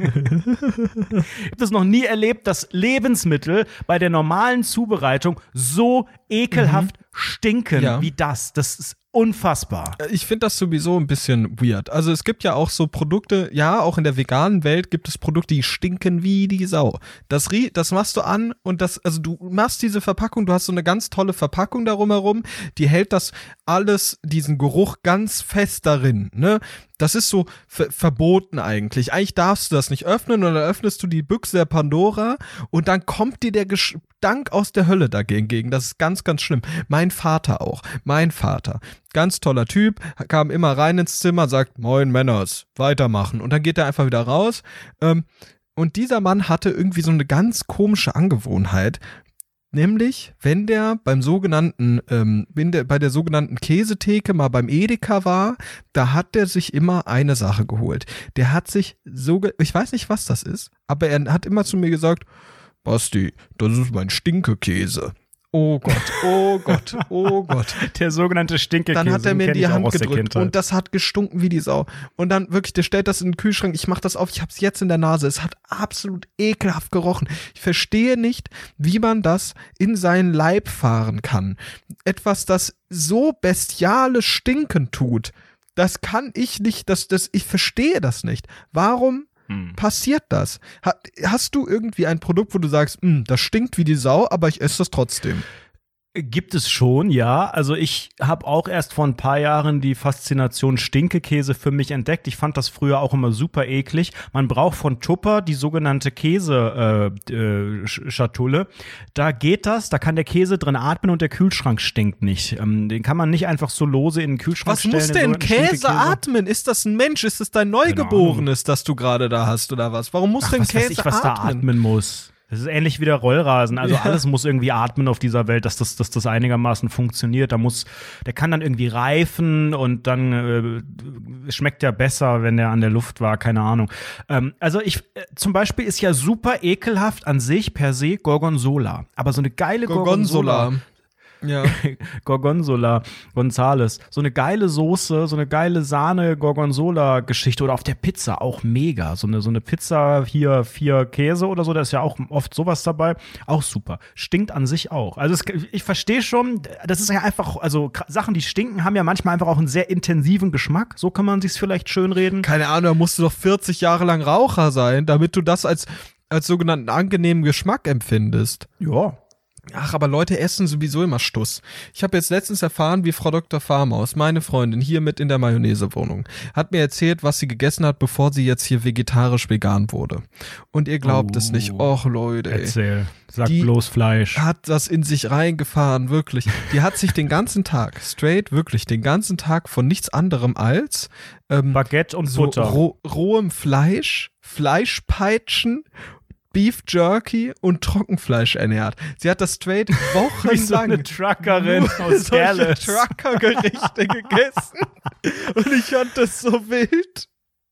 S2: Ich habe das noch nie erlebt, dass Lebensmittel bei der normalen Zubereitung so ekelhaft stinken
S1: Ja.
S2: wie das. Das ist unfassbar.
S1: Ich finde das sowieso ein bisschen weird. Also es gibt ja auch so Produkte, ja, auch in der veganen Welt gibt es Produkte, die stinken wie die Sau. Das, rie- das machst du an und das, also du machst diese Verpackung, du hast so eine ganz tolle Verpackung darum herum, die hält das alles, diesen Geruch ganz fest darin, ne? Das ist so ver- verboten eigentlich. Eigentlich darfst du das nicht öffnen und dann öffnest du die Büchse der Pandora und dann kommt dir der Gestank aus der Hölle dagegen. Das ist ganz, ganz schlimm. Mein Vater auch. Mein Vater. Ganz toller Typ, kam immer rein ins Zimmer, sagt, moin Männers, weitermachen. Und dann geht er einfach wieder raus. Ähm, und dieser Mann hatte irgendwie so eine ganz komische Angewohnheit. Nämlich, wenn der beim sogenannten, ähm, wenn der bei der sogenannten Käsetheke mal beim Edeka war, da hat der sich immer eine Sache geholt. Der hat sich so, ge- ich weiß nicht, was das ist, aber er hat immer zu mir gesagt, Basti, das ist mein Stinkekäse. Oh Gott, oh Gott, oh Gott.
S2: Der sogenannte Stinkekäse.
S1: Dann hat er
S2: den
S1: mir in
S2: kenn
S1: die
S2: ich auch
S1: Hand
S2: aus der
S1: gedrückt
S2: Kindheit.
S1: und das hat gestunken wie die Sau. Und dann wirklich, der stellt das in den Kühlschrank, ich mach das auf, ich hab's jetzt in der Nase. Es hat absolut ekelhaft gerochen. Ich verstehe nicht, wie man das in seinen Leib fahren kann. Etwas, das so bestialisch stinken tut, das kann ich nicht, das, das, ich verstehe das nicht. Warum
S2: Hm.
S1: passiert das? Ha, hast du irgendwie ein Produkt, wo du sagst, "Hm, das stinkt wie die Sau, aber ich esse das trotzdem"?
S2: Gibt es schon, ja. Also ich habe auch erst vor ein paar Jahren die Faszination Stinkekäse für mich entdeckt. Ich fand das früher auch immer super eklig. Man braucht von Tupper die sogenannte Käse-Schatulle. Äh, äh, da geht das, da kann der Käse drin atmen und der Kühlschrank stinkt nicht. Ähm, den kann man nicht einfach so lose in den Kühlschrank
S1: Was
S2: stellen.
S1: muss
S2: den
S1: denn
S2: sogenannten
S1: Käse
S2: Stinkekäse.
S1: atmen? Ist das ein Mensch? Ist das dein Neugeborenes, das du gerade da hast oder was? Warum muss
S2: Ach,
S1: denn
S2: was
S1: Käse
S2: weiß ich, was
S1: atmen?
S2: da atmen muss. Das ist ähnlich wie der Rollrasen. Also
S1: Ja.
S2: alles muss irgendwie atmen auf dieser Welt, dass das, dass das einigermaßen funktioniert. Da muss, der kann dann irgendwie reifen und dann äh, schmeckt der besser, wenn der an der Luft war, keine Ahnung. Ähm, also ich, äh, zum Beispiel ist ja super ekelhaft an sich per se Gorgonzola. Aber so eine geile Gorgonzola.
S1: Gorgonzola. Ja.
S2: Gorgonzola, Gonzales. So eine geile Soße, so eine geile Sahne-Gorgonzola-Geschichte oder auf der Pizza auch mega. So eine, so eine Pizza hier, vier Käse oder so, da ist ja auch oft sowas dabei. Auch super. Stinkt an sich auch. Also es, ich verstehe schon, das ist ja einfach, also Sachen, die stinken, haben ja manchmal einfach auch einen sehr intensiven Geschmack. So kann man sich's vielleicht schönreden.
S1: Keine Ahnung, da musst du doch vierzig Jahre lang Raucher sein, damit du das als, als sogenannten angenehmen Geschmack empfindest.
S2: Ja.
S1: Ach, aber Leute essen sowieso immer Stuss. Ich habe jetzt letztens erfahren, wie Frau Doktor Farmaus, meine Freundin, hier mit in der Mayonnaise-Wohnung, hat mir erzählt, was sie gegessen hat, bevor sie jetzt hier vegetarisch-vegan wurde. Und ihr glaubt
S2: Oh.
S1: es nicht. Och, Leute, ey.
S2: Erzähl. Sag
S1: Die
S2: bloß Fleisch.
S1: Hat das in sich reingefahren, wirklich. Die hat sich den ganzen Tag, straight, wirklich, den ganzen Tag von nichts anderem als ähm,
S2: Baguette und
S1: so
S2: Butter.
S1: roh, rohem Fleisch, Fleischpeitschen, Beef Jerky und Trockenfleisch ernährt. Sie hat das straight
S2: Wie so eine
S1: wochenlang
S2: Truckerin
S1: nur
S2: aus
S1: solche
S2: Dallas.
S1: Truckergerichte gegessen. Und ich fand das so wild.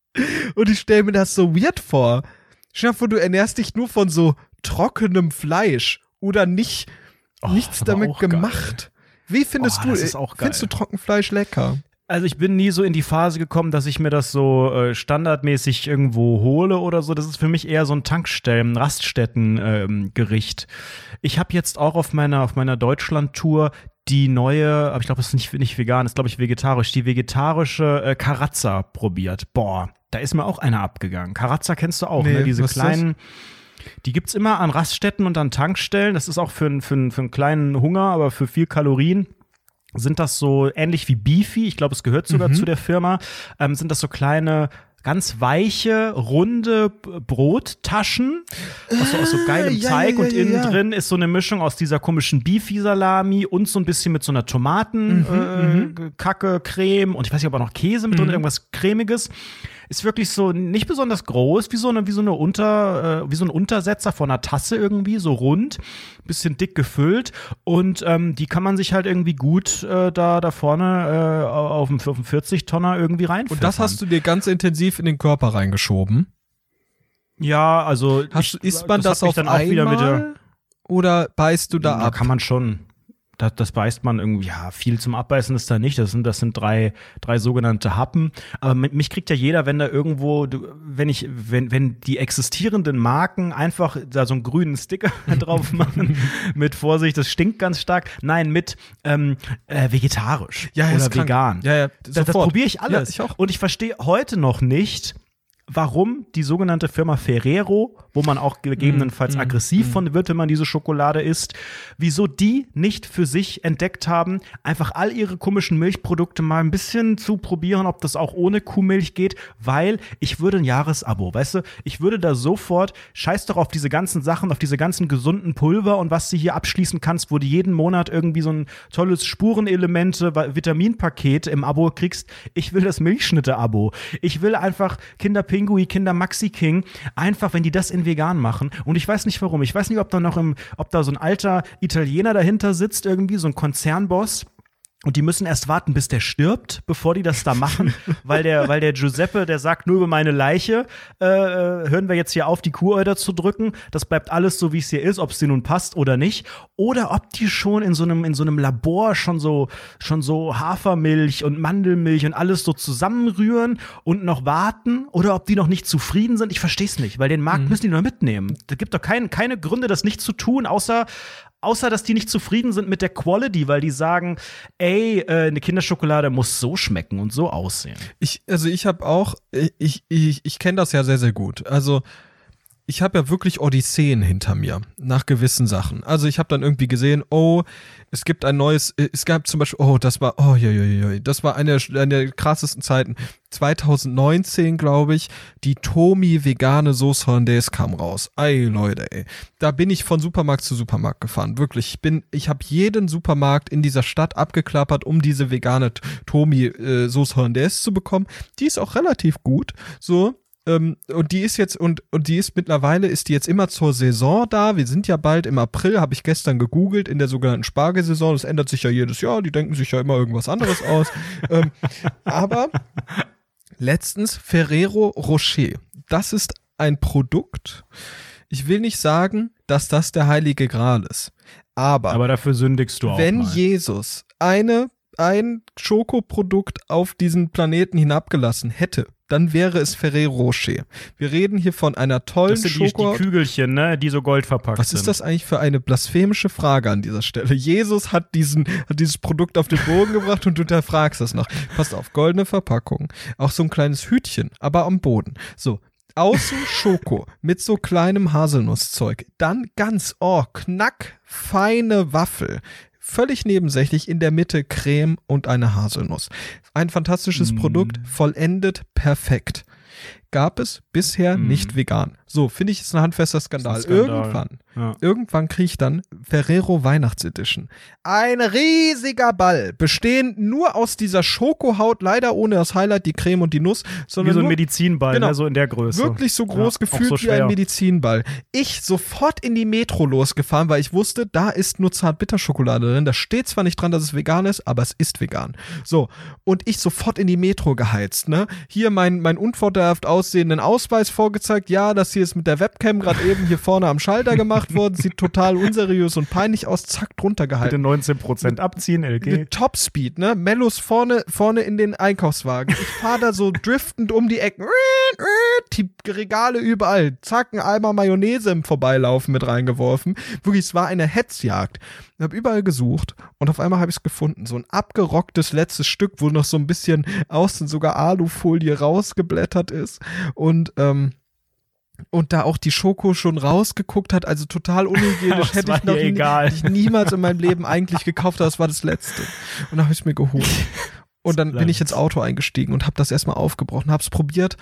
S1: Und ich stelle mir das so weird vor. Stell dir vor, du ernährst dich nur von so trockenem Fleisch oder nicht,
S2: Oh,
S1: nichts
S2: aber
S1: damit
S2: auch geil.
S1: gemacht. Wie findest
S2: Oh,
S1: du,
S2: das ist auch geil.
S1: findest du Trockenfleisch lecker?
S2: Also ich bin nie so in die Phase gekommen, dass ich mir das so äh, standardmäßig irgendwo hole oder so. Das ist für mich eher so ein Tankstellen-, Raststätten-Gericht. ich habe jetzt auch auf meiner, auf meiner Deutschland-Tour die neue, aber ich glaube, es ist nicht, nicht vegan, ist glaube ich vegetarisch, die vegetarische äh, Karazza probiert. Boah, da ist mir auch einer abgegangen. Karazza kennst du auch,
S1: Nee,
S2: ne? Diese
S1: was ist das?
S2: kleinen, die gibt's immer an Raststätten und an Tankstellen. Das ist auch für, einen- für, einen- für einen kleinen Hunger, aber für viel Kalorien. Sind das so ähnlich wie Beefy, ich glaube, es gehört sogar
S1: Mhm.
S2: zu der Firma, ähm, sind das so kleine, ganz weiche, runde B- Brottaschen aus so, aus so geilem
S1: ja,
S2: Teig
S1: ja, ja,
S2: und
S1: ja,
S2: innen
S1: ja.
S2: drin ist so eine Mischung aus dieser komischen Beefy-Salami und so ein bisschen mit so einer Tomaten,
S1: Mhm,
S2: äh, Kacke, Creme und ich weiß nicht, ob auch noch Käse mit drin, irgendwas cremiges. Ist wirklich so nicht besonders groß, wie so eine, wie so eine Unter, äh, wie so ein Untersetzer von einer Tasse irgendwie, so rund, bisschen dick gefüllt und ähm, die kann man sich halt irgendwie gut äh, da, da vorne äh, auf dem vierzig-Tonner irgendwie reinfüllen.
S1: Und das hast du dir ganz intensiv in den Körper reingeschoben?
S2: Ja, also
S1: Hast,
S2: ich,
S1: isst man das,
S2: das hat mich
S1: auf
S2: dann auch
S1: einmal
S2: wieder mit der,
S1: oder beißt du da
S2: da
S1: ab?
S2: kann man schon. Das, das beißt man irgendwie, ja, viel zum Abbeißen ist da nicht. Das sind, das sind drei, drei sogenannte Happen. Aber mit, mich kriegt ja jeder, wenn da irgendwo, du, wenn ich, wenn, wenn die existierenden Marken einfach da so einen grünen Sticker drauf machen, mit Vorsicht, das stinkt ganz stark. Nein, mit ähm, äh, vegetarisch
S1: Ja, ja,
S2: oder
S1: ist krank.
S2: vegan.
S1: Ja, ja,
S2: das das
S1: sofort.
S2: probiere ich alles.
S1: Ja, ich auch.
S2: Und ich verstehe heute noch nicht, warum die sogenannte Firma Ferrero, wo man auch gegebenenfalls
S1: mm,
S2: aggressiv
S1: mm.
S2: von wird, wenn man diese Schokolade isst, wieso die nicht für sich entdeckt haben, einfach all ihre komischen Milchprodukte mal ein bisschen zu probieren, ob das auch ohne Kuhmilch geht, weil ich würde ein Jahresabo, weißt du, ich würde da sofort, scheiß doch auf diese ganzen Sachen, auf diese ganzen gesunden Pulver und was du hier abschließen kannst, wo du jeden Monat irgendwie so ein tolles Spurenelemente, Vitaminpaket im Abo kriegst. Ich will das Milchschnitte-Abo. Ich will einfach Kinder Pinguin, Kinder Maxi King, einfach, wenn die das in vegan machen. Und ich weiß nicht warum. Ich weiß nicht, ob da noch im, ob da so ein alter Italiener dahinter sitzt, irgendwie, so ein Konzernboss. Und die müssen erst warten, bis der stirbt, bevor die das da machen, weil der, weil der Giuseppe, der sagt, nur über meine Leiche, äh, hören wir jetzt hier auf, die Kuhäuter zu drücken. Das bleibt alles so, wie es hier ist, ob es dir nun passt oder nicht. Oder ob die schon in so einem, in so einem Labor schon so, schon so Hafermilch und Mandelmilch und alles so zusammenrühren und noch warten. Oder ob die noch nicht zufrieden sind. Ich verstehe es nicht, weil den Markt mhm. müssen die noch mitnehmen. Da gibt doch kein, keine Gründe, das nicht zu tun, außer Außer, dass die nicht zufrieden sind mit der Quality, weil die sagen, ey, äh, eine Kinderschokolade muss so schmecken und so aussehen.
S1: Ich, also ich habe auch, ich, ich, ich kenne das ja sehr, sehr gut. Also ich habe ja wirklich Odysseen hinter mir nach gewissen Sachen. Also ich habe dann irgendwie gesehen, oh, es gibt ein neues, es gab zum Beispiel, oh, das war, oh, ja, ja, ja, das war eine, eine der krassesten Zeiten. zwanzig neunzehn, glaube ich, die Tomi vegane Sauce Hollandaise kam raus. Ey, Leute, ey. Da bin ich von Supermarkt zu Supermarkt gefahren. Wirklich, ich bin, ich habe jeden Supermarkt in dieser Stadt abgeklappert, um diese vegane Tomi äh, Sauce Hollandaise zu bekommen. Die ist auch relativ gut, so. Ähm, und die ist jetzt, und, und die ist mittlerweile, ist die jetzt immer zur Saison da. Wir sind ja bald im April, habe ich gestern gegoogelt, in der sogenannten Spargelsaison. Das ändert sich ja jedes Jahr, die denken sich ja immer irgendwas anderes aus. ähm, aber letztens Ferrero Rocher. Das ist ein Produkt. Ich will nicht sagen, dass das der heilige Gral ist. Aber,
S2: aber dafür sündigst du auch
S1: wenn
S2: mal.
S1: Jesus eine, ein Schokoprodukt auf diesen Planeten hinabgelassen hätte, dann wäre es Ferrero Rocher. Wir reden hier von einer tollen
S2: das sind die,
S1: Schoko.
S2: die Kügelchen, ne, die so gold verpackt
S1: Was
S2: sind.
S1: ist das eigentlich für eine blasphemische Frage an dieser Stelle? Jesus hat diesen, hat dieses Produkt auf den Boden gebracht und du hinterfragst es noch. Passt auf, goldene Verpackung. Auch so ein kleines Hütchen, aber am Boden. So. Außen Schoko mit so kleinem Haselnusszeug. Dann ganz, oh, knackfeine Waffel. Völlig nebensächlich, in der Mitte Creme und eine Haselnuss. Ein fantastisches mm. Produkt, vollendet perfekt. Gab es bisher mm. nicht vegan. So, finde ich, ist ein handfester Skandal.
S2: Ist ein Skandal.
S1: Irgendwann,
S2: ja.
S1: irgendwann kriege ich dann Ferrero Weihnachtsedition. Ein riesiger Ball, bestehend nur aus dieser Schokohaut, leider ohne das Highlight, die Creme und die Nuss. Sondern
S2: wie so ein
S1: nur,
S2: Medizinball,
S1: genau,
S2: ne, so in der Größe.
S1: Wirklich so groß,
S2: ja,
S1: gefühlt
S2: so
S1: wie ein
S2: schwer.
S1: Medizinball. Ich sofort in die Metro losgefahren, weil ich wusste, da ist nur Zartbitterschokolade drin. Da steht zwar nicht dran, dass es vegan ist, aber es ist vegan. So, und ich sofort in die Metro geheizt, ne? Hier mein, mein unvorteilhaft aussehenden Ausweis vorgezeigt. Ja, das hier ist mit der Webcam gerade eben hier vorne am Schalter gemacht worden. Sieht total unseriös und peinlich aus. Zack, drunter gehalten.
S2: Bitte neunzehn Prozent abziehen, L G.
S1: Topspeed, ne? Mellos vorne, vorne in den Einkaufswagen. Ich fahre da so driftend um die Ecken. Die Regale überall. Zack, ein Eimer Mayonnaise im Vorbeilaufen mit reingeworfen. Wirklich, es war eine Hetzjagd. Ich habe überall gesucht und auf einmal habe ich es gefunden. So ein abgerocktes letztes Stück, wo noch so ein bisschen außen sogar Alufolie rausgeblättert ist. Und, ähm, und da auch die Schoko schon rausgeguckt hat, also total unhygienisch, hätte ich noch nie, hätte ich niemals in meinem Leben eigentlich gekauft, aber das war das Letzte. Und da habe ich es mir geholt. Und dann bin ich ins Auto eingestiegen und habe das erstmal aufgebrochen, habe es probiert.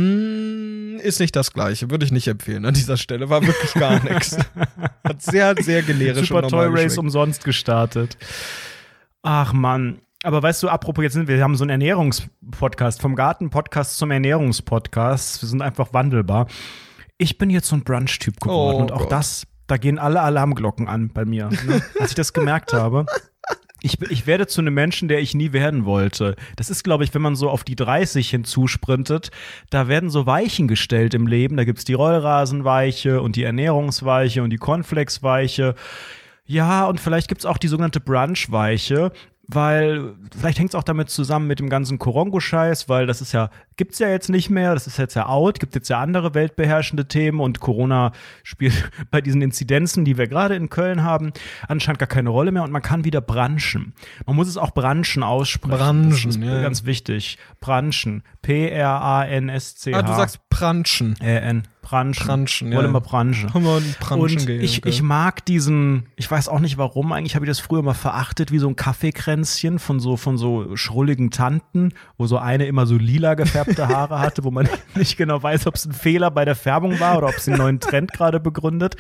S1: Mm, ist nicht das Gleiche, würde ich nicht empfehlen an dieser Stelle, war wirklich gar nichts. Hat sehr, sehr generisch
S2: Super
S1: und normal
S2: Toy Race
S1: geschmeckt.
S2: umsonst gestartet. Ach Mann. Aber weißt du, apropos, jetzt sind wir, wir haben so einen Ernährungspodcast, vom Garten-Podcast zum Ernährungspodcast. Wir sind einfach wandelbar. Ich bin jetzt so ein Brunch-Typ geworden
S1: Oh
S2: und auch
S1: Gott.
S2: das, da gehen alle Alarmglocken an bei mir, ne? Als ich das gemerkt habe. Ich, ich werde zu einem Menschen, der ich nie werden wollte. Das ist, glaube ich, wenn man so auf die dreißig hinzusprintet, da werden so Weichen gestellt im Leben. Da gibt's die Rollrasenweiche und die Ernährungsweiche und die Cornflakes-Weiche. Ja, und vielleicht gibt's auch die sogenannte Brunch-Weiche, weil vielleicht hängt's auch damit zusammen mit dem ganzen Korongo-Scheiß, weil das ist ja, gibt's ja jetzt nicht mehr, das ist jetzt ja out, gibt jetzt ja andere weltbeherrschende Themen und Corona spielt bei diesen Inzidenzen, die wir gerade in Köln haben, anscheinend gar keine Rolle mehr und man kann wieder branchen. Man muss es auch branchen aussprechen.
S1: Branchen,
S2: das ist
S1: ja.
S2: ganz wichtig. Branchen. P R A N S C H.
S1: Ah, du sagst Pranschen.
S2: Äh, N. Branchen.
S1: Pranschen, ja.
S2: Wollen wir branchen.
S1: Haben wir ein Pranschen
S2: Und
S1: gehen,
S2: ich,
S1: okay.
S2: ich mag diesen, ich weiß auch nicht warum, eigentlich habe ich das früher mal verachtet, wie so ein Kaffeekränzchen von so, von so schrulligen Tanten, wo so eine immer so lila gefärbte Haare hatte, wo man nicht genau weiß, ob es ein Fehler bei der Färbung war oder ob sie einen neuen Trend gerade begründet.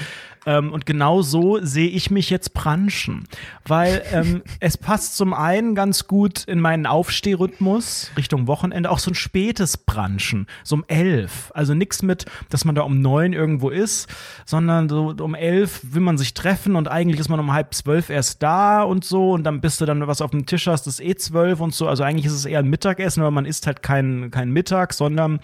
S2: Ähm, und genau so sehe ich mich jetzt branchen, weil ähm, es passt zum einen ganz gut in meinen Aufstehrhythmus Richtung Wochenende, auch so ein spätes Branchen, so um elf. Also nichts mit, dass man da um neun irgendwo ist, sondern so um elf will man sich treffen und eigentlich ist man um halb zwölf erst da und so und dann bist du dann, was auf dem Tisch hast, ist eh zwölf und so. Also eigentlich ist es eher ein Mittagessen, aber man isst halt kein, kein Mittag, sondern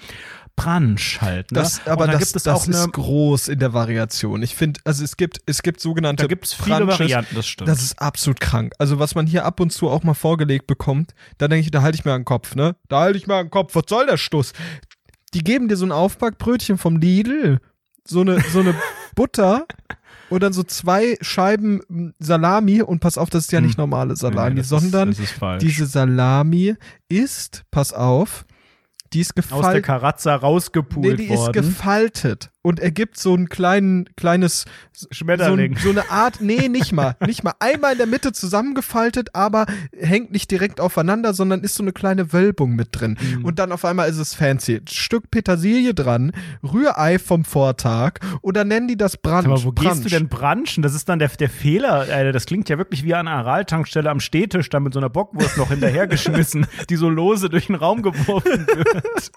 S2: Brunch halt. Ne?
S1: Das, aber
S2: und dann
S1: das,
S2: gibt es
S1: das
S2: auch
S1: ist
S2: eine,
S1: groß in der Variation. Ich finde, also es gibt, es gibt sogenannte
S2: da gibt es viele
S1: Brunches.
S2: Varianten, das stimmt.
S1: Das ist absolut krank. Also was man hier ab und zu auch mal vorgelegt bekommt, da denke ich, da halte ich mir an den Kopf, ne? Da halte ich mir an den Kopf, was soll der Stuss? Die geben dir so ein Aufbackbrötchen vom Lidl, so eine, so eine Butter und dann so zwei Scheiben Salami und pass auf, das ist ja nicht normale Salami,
S2: Nee, das
S1: sondern
S2: ist, das ist falsch.
S1: diese Salami ist, pass auf, die ist
S2: aus der
S1: gefaltet.
S2: Karazza rausgepult
S1: Nee, die ist
S2: worden.
S1: gefaltet und ergibt so ein kleinen, kleines
S2: Schmetterling.
S1: So, ein, so eine Art, nee, nicht mal, nicht mal. Einmal in der Mitte zusammengefaltet, aber hängt nicht direkt aufeinander, sondern ist so eine kleine Wölbung mit drin.
S2: Mhm.
S1: Und dann auf einmal ist es fancy. Stück Petersilie dran, Rührei vom Vortag oder nennen die das Brunch.
S2: Aber wo
S1: Brunch.
S2: gehst du denn branchen? Das ist dann der, der Fehler. Alter, das klingt ja wirklich wie an einer Araltankstelle am Stehtisch, da mit so einer Bockwurst noch hinterhergeschmissen, die so lose durch den Raum geworfen wird.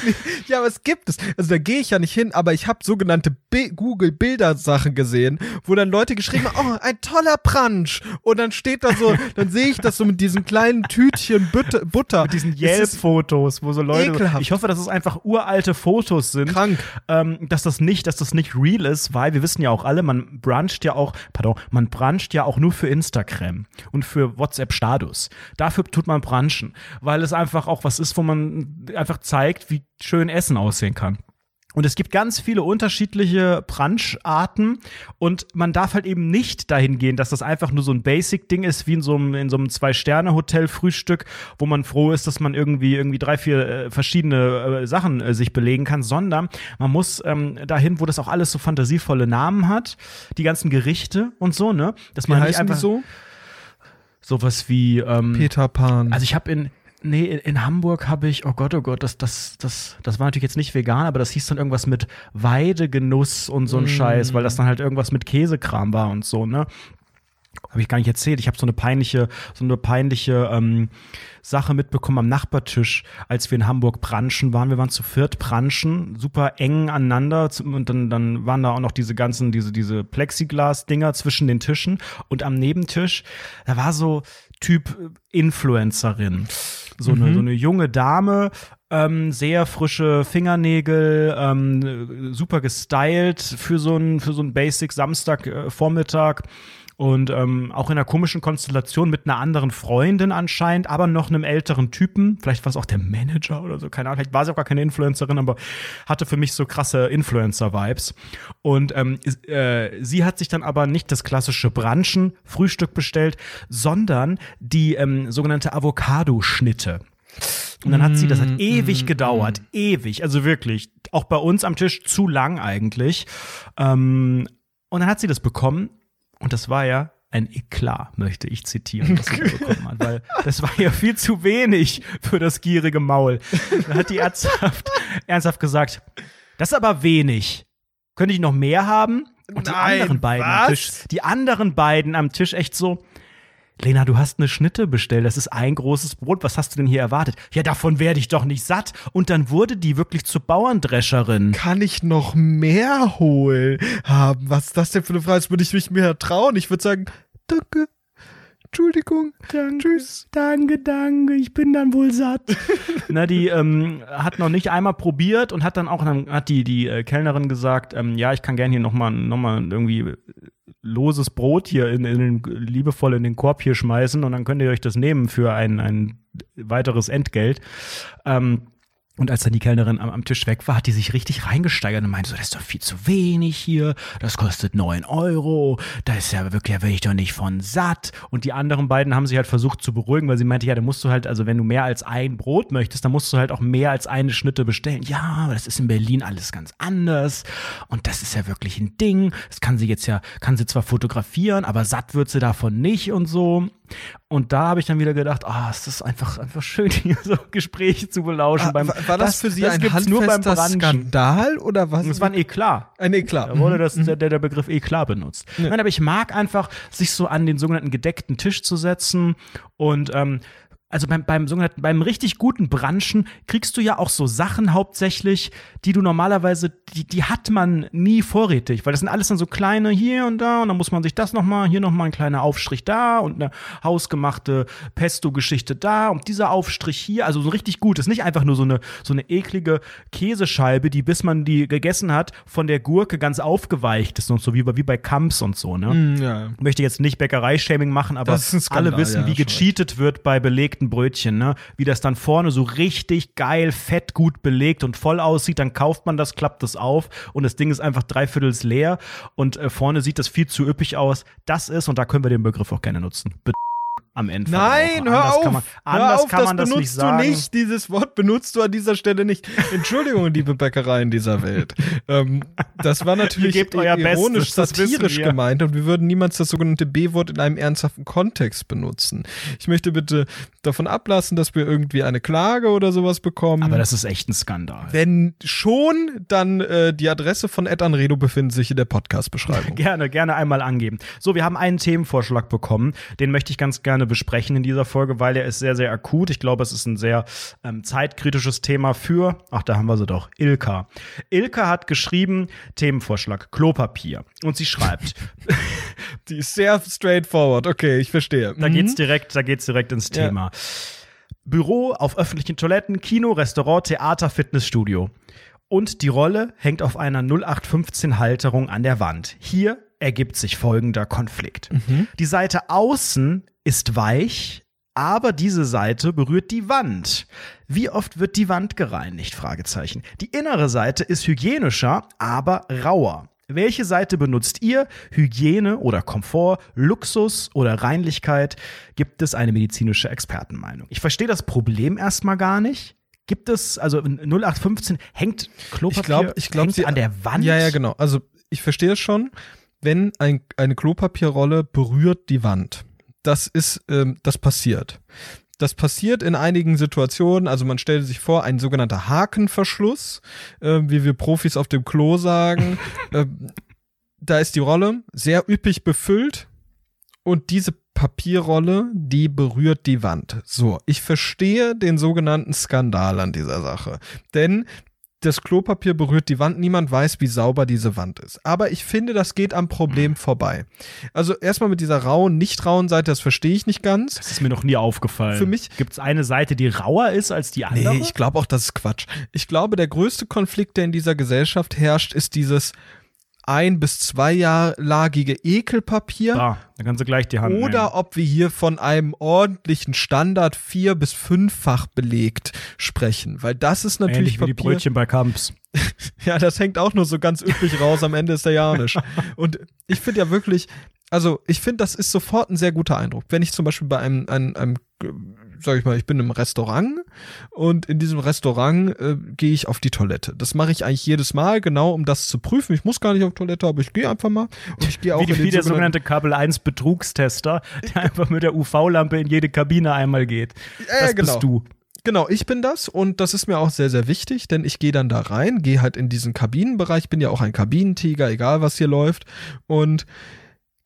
S1: Ja, aber es gibt es. Also da gehe ich ja nicht hin, aber ich habe sogenannte Bi- Google-Bilder-Sachen gesehen, wo dann Leute geschrieben haben, oh, ein toller Brunch. Und dann steht da so, dann sehe ich das so mit diesen kleinen Tütchen Butter. Butter.
S2: Mit diesen
S1: Es ist
S2: Yelp-Fotos, wo so Leute.
S1: ekelhaft.
S2: Ich hoffe, dass es einfach uralte Fotos sind.
S1: Krank.
S2: Ähm, dass das nicht, dass das nicht real ist, weil wir wissen ja auch alle, man bruncht ja auch, pardon, man bruncht ja auch nur für Instagram und für WhatsApp-Status. Dafür tut man brunchen, weil es einfach auch was ist, wo man einfach zeigt, wie schön Essen aussehen kann. Und es gibt ganz viele unterschiedliche Bruncharten und man darf halt eben nicht dahin gehen, dass das einfach nur so ein Basic-Ding ist, wie in so einem, in so einem Zwei-Sterne-Hotel-Frühstück, wo man froh ist, dass man irgendwie, irgendwie drei, vier äh, verschiedene äh, Sachen äh, sich belegen kann, sondern man muss ähm, dahin, wo das auch alles so fantasievolle Namen hat, die ganzen Gerichte und so, ne? Dass
S1: Wie
S2: man nicht
S1: heißen die
S2: einfach
S1: so?
S2: sowas wie ähm,
S1: Peter Pan.
S2: also ich habe in Nee, in, in Hamburg habe ich, oh Gott, oh Gott, das, das, das, das war natürlich jetzt nicht vegan, aber das hieß dann irgendwas mit Weidegenuss und so ein
S1: Mm.
S2: Scheiß, weil das dann halt irgendwas mit Käsekram war und so, ne? Habe ich gar nicht erzählt. Ich habe so eine peinliche, so eine peinliche ähm, Sache mitbekommen am Nachbartisch, als wir in Hamburg branchen waren. Wir waren zu viert branchen, super eng aneinander und dann, dann waren da auch noch diese ganzen, diese, diese Plexiglas-Dinger zwischen den Tischen und am Nebentisch, da war so Typ Influencerin. So eine,
S1: Mhm.
S2: so eine junge Dame, ähm, sehr frische Fingernägel, ähm, super gestylt für so ein für so ein Basic Samstag äh, Vormittag und ähm, auch in einer komischen Konstellation mit einer anderen Freundin anscheinend, aber noch einem älteren Typen. Vielleicht war es auch der Manager oder so, keine Ahnung. Vielleicht war sie auch gar keine Influencerin, aber hatte für mich so krasse Influencer-Vibes. Und ähm, äh, sie hat sich dann aber nicht das klassische Branchen Frühstück bestellt, sondern die ähm, sogenannte Avocado-Schnitte. Und dann hat sie, das hat ewig gedauert, ewig, also wirklich, auch bei uns am Tisch zu lang eigentlich. Ähm, und dann hat sie das bekommen und das war ja ein Eklat, möchte ich zitieren, was sie da bekommen hat, weil das war ja viel zu wenig für das gierige Maul. Dann hat die ernsthaft, ernsthaft gesagt, das ist aber wenig. Könnte ich noch mehr haben? Und die
S1: Nein,
S2: anderen beiden
S1: was?
S2: am Tisch, die anderen beiden am Tisch echt so, Lena, du hast eine Schnitte bestellt, das ist ein großes Brot, was hast du denn hier erwartet? Ja, davon werde ich doch nicht satt. Und dann wurde die wirklich zur Bauerndrescherin.
S1: Kann ich noch mehr holen haben? Was ist das denn für eine Frage? Das würde ich mich mehr trauen. Ich würde sagen, danke, Entschuldigung,
S2: Danke,
S1: tschüss.
S2: danke, danke, ich bin dann wohl satt. Na, die ähm, hat noch nicht einmal probiert und hat dann auch, dann hat die, die äh, Kellnerin gesagt, ähm, ja, ich kann gerne hier nochmal noch mal irgendwie loses Brot hier in, in den, liebevoll in den Korb hier schmeißen und dann könnt ihr euch das nehmen für ein, ein weiteres Entgelt. Ähm, Und als dann die Kellnerin am, am Tisch weg war, hat die sich richtig reingesteigert und meinte so, das ist doch viel zu wenig hier, das kostet neun Euro, da ist ja wirklich, da werde ich doch nicht von satt. Und die anderen beiden haben sich halt versucht zu beruhigen, weil sie meinte, ja, da musst du halt, also wenn du mehr als ein Brot möchtest, dann musst du halt auch mehr als eine Schnitte bestellen. Ja, aber das ist in Berlin alles ganz anders und das ist ja wirklich ein Ding. Das kann sie jetzt ja, kann sie zwar fotografieren, aber satt wird sie davon nicht und so. Und da habe ich dann wieder gedacht, ah, oh, es ist einfach, einfach schön, hier so Gespräche zu belauschen.
S1: Ah,
S2: beim,
S1: war das, das für Sie
S2: das
S1: ein
S2: gibt's nur beim
S1: handfester Skandal oder was?
S2: Das war ein Eklat.
S1: Ein Eklat.
S2: Da wurde das, der, der Begriff Eklat benutzt. Ja. Nein, aber ich mag einfach, sich so an den sogenannten gedeckten Tisch zu setzen und ähm, also beim, beim sogenannten, beim richtig guten Branchen kriegst du ja auch so Sachen hauptsächlich, die du normalerweise, die, die hat man nie vorrätig, weil das sind alles dann so kleine hier und da und dann muss man sich das nochmal, hier nochmal ein kleiner Aufstrich da und eine hausgemachte Pesto-Geschichte da und dieser Aufstrich hier, also so richtig gut, ist nicht einfach nur so eine, so eine eklige Käsescheibe, die bis man die gegessen hat, von der Gurke ganz aufgeweicht ist und so, wie bei, wie bei Kamps und so, ne?
S1: Mm, ja.
S2: Ich möchte jetzt nicht Bäckerei-Shaming machen, aber
S1: Das ist ein Skandal,
S2: alle wissen,
S1: ja,
S2: wie
S1: schon
S2: gecheatet wird bei belegten Brötchen, ne? Wie das dann vorne so richtig geil, fett, gut belegt und voll aussieht, dann kauft man das, klappt das auf und das Ding ist einfach dreiviertels leer und äh, vorne sieht das viel zu üppig aus. Das ist, und da können wir den Begriff auch gerne nutzen, Be- am Ende.
S1: Nein, hör
S2: anders
S1: auf!
S2: Kann man,
S1: hör
S2: anders
S1: auf,
S2: kann man
S1: das
S2: das
S1: benutzt
S2: nicht sagen.
S1: du nicht. Dieses Wort benutzt du an dieser Stelle nicht. Entschuldigung, liebe Bäckereien dieser Welt. ähm, das war natürlich
S2: Ihr gebt euer
S1: ironisch,
S2: Bestes, das wissen
S1: satirisch
S2: wir.
S1: gemeint und wir würden niemals das sogenannte B-Wort in einem ernsthaften Kontext benutzen. Ich möchte bitte davon ablassen, dass wir irgendwie eine Klage oder sowas bekommen.
S2: Aber das ist echt ein Skandal.
S1: Wenn schon, dann äh, die Adresse von Ed Anredo befindet sich in der Podcast-Beschreibung.
S2: Gerne, gerne einmal angeben. So, wir haben einen Themenvorschlag bekommen. Den möchte ich ganz gerne besprechen in dieser Folge, weil er ist sehr, sehr akut. Ich glaube, es ist ein sehr ähm, zeitkritisches Thema für, ach, da haben wir sie doch, Ilka. Ilka hat geschrieben, Themenvorschlag, Klopapier. Und sie schreibt,
S1: Die ist sehr straightforward. Okay, ich verstehe.
S2: da geht's direkt, da geht's direkt ins
S1: Ja.
S2: Thema. Büro auf öffentlichen Toiletten, Kino, Restaurant, Theater, Fitnessstudio. Und die Rolle hängt auf einer null acht fünfzehn Halterung an der Wand. Hier ergibt sich folgender Konflikt. Die Seite außen ist weich, aber diese Seite berührt die Wand. Wie oft wird die Wand gereinigt? Fragezeichen. Die innere Seite ist hygienischer, aber rauer. Welche Seite benutzt ihr? Hygiene oder Komfort, Luxus oder Reinlichkeit? Gibt es eine medizinische Expertenmeinung? Ich verstehe das Problem erstmal gar nicht. Gibt es, also null acht fünfzehn, hängt Klopapier
S1: Ich glaube, ich glaub,
S2: hängt
S1: sie
S2: an der Wand?
S1: Ja, ja, genau. Also ich verstehe es schon, wenn ein, eine Klopapierrolle berührt die Wand. Das ist, ähm, das passiert. Das passiert in einigen Situationen, also man stellt sich vor, ein sogenannter Hakenverschluss, äh, wie wir Profis auf dem Klo sagen. äh, da ist die Rolle sehr üppig befüllt und diese Papierrolle, die berührt die Wand. So, ich verstehe den sogenannten Skandal an dieser Sache, denn das Klopapier berührt die Wand, niemand weiß, wie sauber diese Wand ist. Aber ich finde, das geht am Problem vorbei. Also erstmal mit dieser rauen, nicht rauen Seite, das verstehe ich nicht ganz.
S2: Das ist mir noch nie aufgefallen.
S1: Für mich-
S2: Gibt es eine Seite, die rauer ist als die andere?
S1: Nee, ich glaube auch, das ist Quatsch. Ich glaube, der größte Konflikt, der in dieser Gesellschaft herrscht, ist dieses ein- bis zweilagige Ekelpapier.
S2: Da, da kannst du gleich die Hand nehmen.
S1: Oder ob wir hier von einem ordentlichen Standard vier- bis fünffach belegt sprechen. Weil das ist natürlich
S2: Ähnlich wie die
S1: Papier.
S2: Brötchen bei Kamps.
S1: Ja, das hängt auch nur so ganz üppig raus. Am Ende ist der Janisch. Und ich finde ja wirklich, also ich finde, das ist sofort ein sehr guter Eindruck. Wenn ich zum Beispiel bei einem, einem, einem sag ich mal, ich bin im Restaurant und in diesem Restaurant äh, gehe ich auf die Toilette. Das mache ich eigentlich jedes Mal, genau um das zu prüfen. Ich muss gar nicht auf Toilette, aber ich gehe einfach mal. Und ich gehe auch
S2: Wie, die,
S1: in den
S2: wie der
S1: sogenannten-
S2: sogenannte Kabel eins Betrugstester, der einfach mit der U V-Lampe in jede Kabine einmal geht.
S1: Ja,
S2: Das
S1: genau.
S2: bist du.
S1: Genau, ich bin das und das ist mir auch sehr, sehr wichtig, denn ich gehe dann da rein, gehe halt in diesen Kabinenbereich, bin ja auch ein Kabinentiger, egal was hier läuft und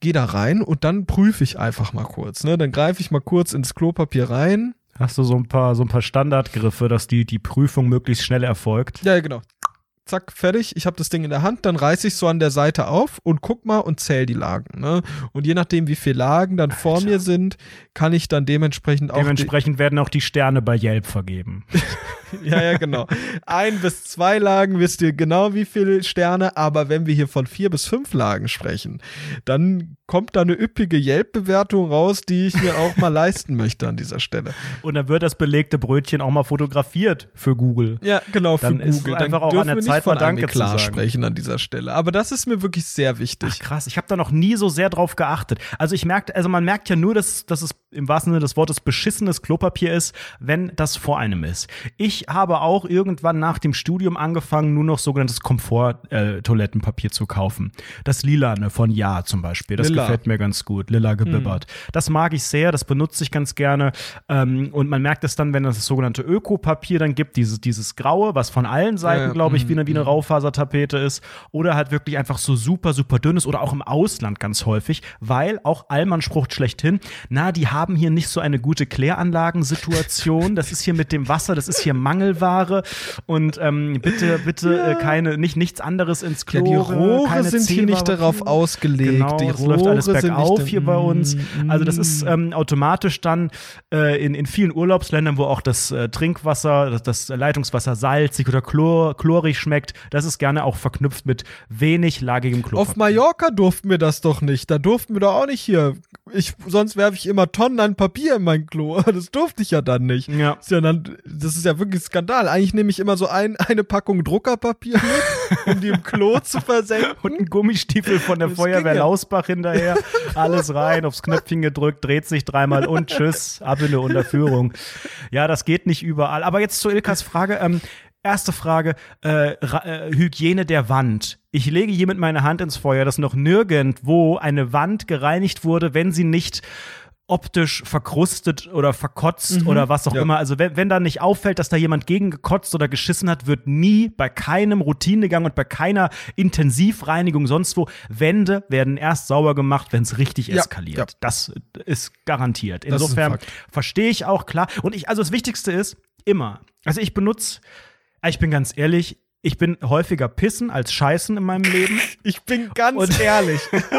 S1: gehe da rein und dann prüfe ich einfach mal kurz. Ne? Dann greife ich mal kurz ins Klopapier rein.
S2: Hast du so ein paar, so ein paar Standardgriffe, dass die, die Prüfung möglichst schnell erfolgt?
S1: Ja, genau. Zack, fertig. Ich habe das Ding in der Hand, dann reiße ich so an der Seite auf und guck mal und zähle die Lagen. Ne? Und je nachdem, wie viele Lagen dann Alter. vor mir sind, kann ich dann dementsprechend auch.
S2: Dementsprechend werden auch die Sterne bei Yelp vergeben.
S1: Ja, ja, genau. Ein bis zwei Lagen wisst ihr genau, wie viele Sterne, aber wenn wir hier von vier bis fünf Lagen sprechen, dann kommt da eine üppige Yelp-Bewertung raus, die ich mir auch mal leisten möchte an dieser Stelle.
S2: Und dann wird das belegte Brötchen auch mal fotografiert für Google.
S1: Ja, genau, für
S2: dann
S1: Google.
S2: Ist einfach
S1: dann
S2: auch an der
S1: wir
S2: Zeit
S1: nicht von
S2: mal Danke
S1: klar
S2: zu sagen.
S1: sprechen an dieser Stelle. Aber das ist mir wirklich sehr wichtig.
S2: Ach, krass, ich habe da noch nie so sehr drauf geachtet. Also ich merke, also man merkt ja nur, dass, dass es im wahrsten Sinne des Wortes beschissenes Klopapier ist, wenn das vor einem ist. Ich habe auch irgendwann nach dem Studium angefangen, nur noch sogenanntes Komfort-Toilettenpapier äh, zu kaufen. Das Lilane von Ja zum Beispiel, das
S1: Lila.
S2: gefällt mir ganz gut. Lila gebibbert. Mhm. Das mag ich sehr, das benutze ich ganz gerne. Ähm, und man merkt es dann, wenn es das sogenannte Ökopapier dann gibt, dieses, dieses Graue, was von allen Seiten,
S1: ja,
S2: glaube ich,
S1: mh,
S2: wie eine, wie eine
S1: mh.
S2: Raufasertapete ist. Oder halt wirklich einfach so super, super dünnes oder auch im Ausland ganz häufig, weil auch Allmann sprucht schlechthin, na, die haben hier nicht so eine gute Kläranlagensituation. Das ist hier mit dem Wasser, das ist hier Mangelware. Und ähm, bitte, bitte
S1: ja.
S2: äh, keine, nicht nichts anderes ins Klo.
S1: Ja, die Rohre
S2: keine
S1: sind hier nicht
S2: Zewa-
S1: darauf ausgelegt.
S2: Genau,
S1: die
S2: es
S1: Rohre
S2: läuft alles
S1: sind
S2: bergauf
S1: nicht
S2: hier bei uns. Also das ist
S1: Mm.
S2: ähm, automatisch dann äh, in, in vielen Urlaubsländern, wo auch das äh, Trinkwasser, das, das Leitungswasser salzig oder chlor, chlorig schmeckt, das ist gerne auch verknüpft mit wenig lagigem Klopapier.
S1: Auf Mallorca durften wir das doch nicht. Da durften wir doch auch nicht hier. Ich, sonst werfe ich immer Tonnen an Papier in mein Klo. Das durfte ich ja dann nicht.
S2: Ja.
S1: Ist ja dann, das ist ja wirklich ein Skandal. Eigentlich nehme ich immer so ein, eine Packung Druckerpapier mit, um die im Klo zu versenken.
S2: Und ein Gummistiefel von der
S1: Das
S2: Feuerwehr
S1: ging ja.
S2: Lausbach hinterher. Alles rein, aufs Knöpfchen gedrückt, dreht sich dreimal und tschüss, ab in eine Unterführung. Ja, das geht nicht überall. Aber jetzt zu Ilkas Frage. Ähm, erste Frage, äh, Ra- äh, Hygiene der Wand. Ich lege hiermit meine Hand ins Feuer, dass noch nirgendwo eine Wand gereinigt wurde, wenn sie nicht optisch verkrustet oder verkotzt
S1: Mhm.
S2: oder was auch
S1: Ja.
S2: immer. Also wenn, wenn da nicht auffällt, dass da jemand gegen gekotzt oder geschissen hat, wird nie bei keinem Routinegang und bei keiner Intensivreinigung sonst wo, Wände werden erst sauber gemacht, wenn es richtig
S1: Ja,
S2: eskaliert.
S1: ja.
S2: Das ist garantiert.
S1: Das ist ein
S2: Insofern
S1: Fakt.
S2: verstehe ich auch, klar. Und ich, also das Wichtigste ist immer, also ich benutze, ich bin ganz ehrlich, ich bin häufiger pissen als scheißen in meinem Leben.
S1: Ich bin ganz
S2: Und-
S1: ehrlich.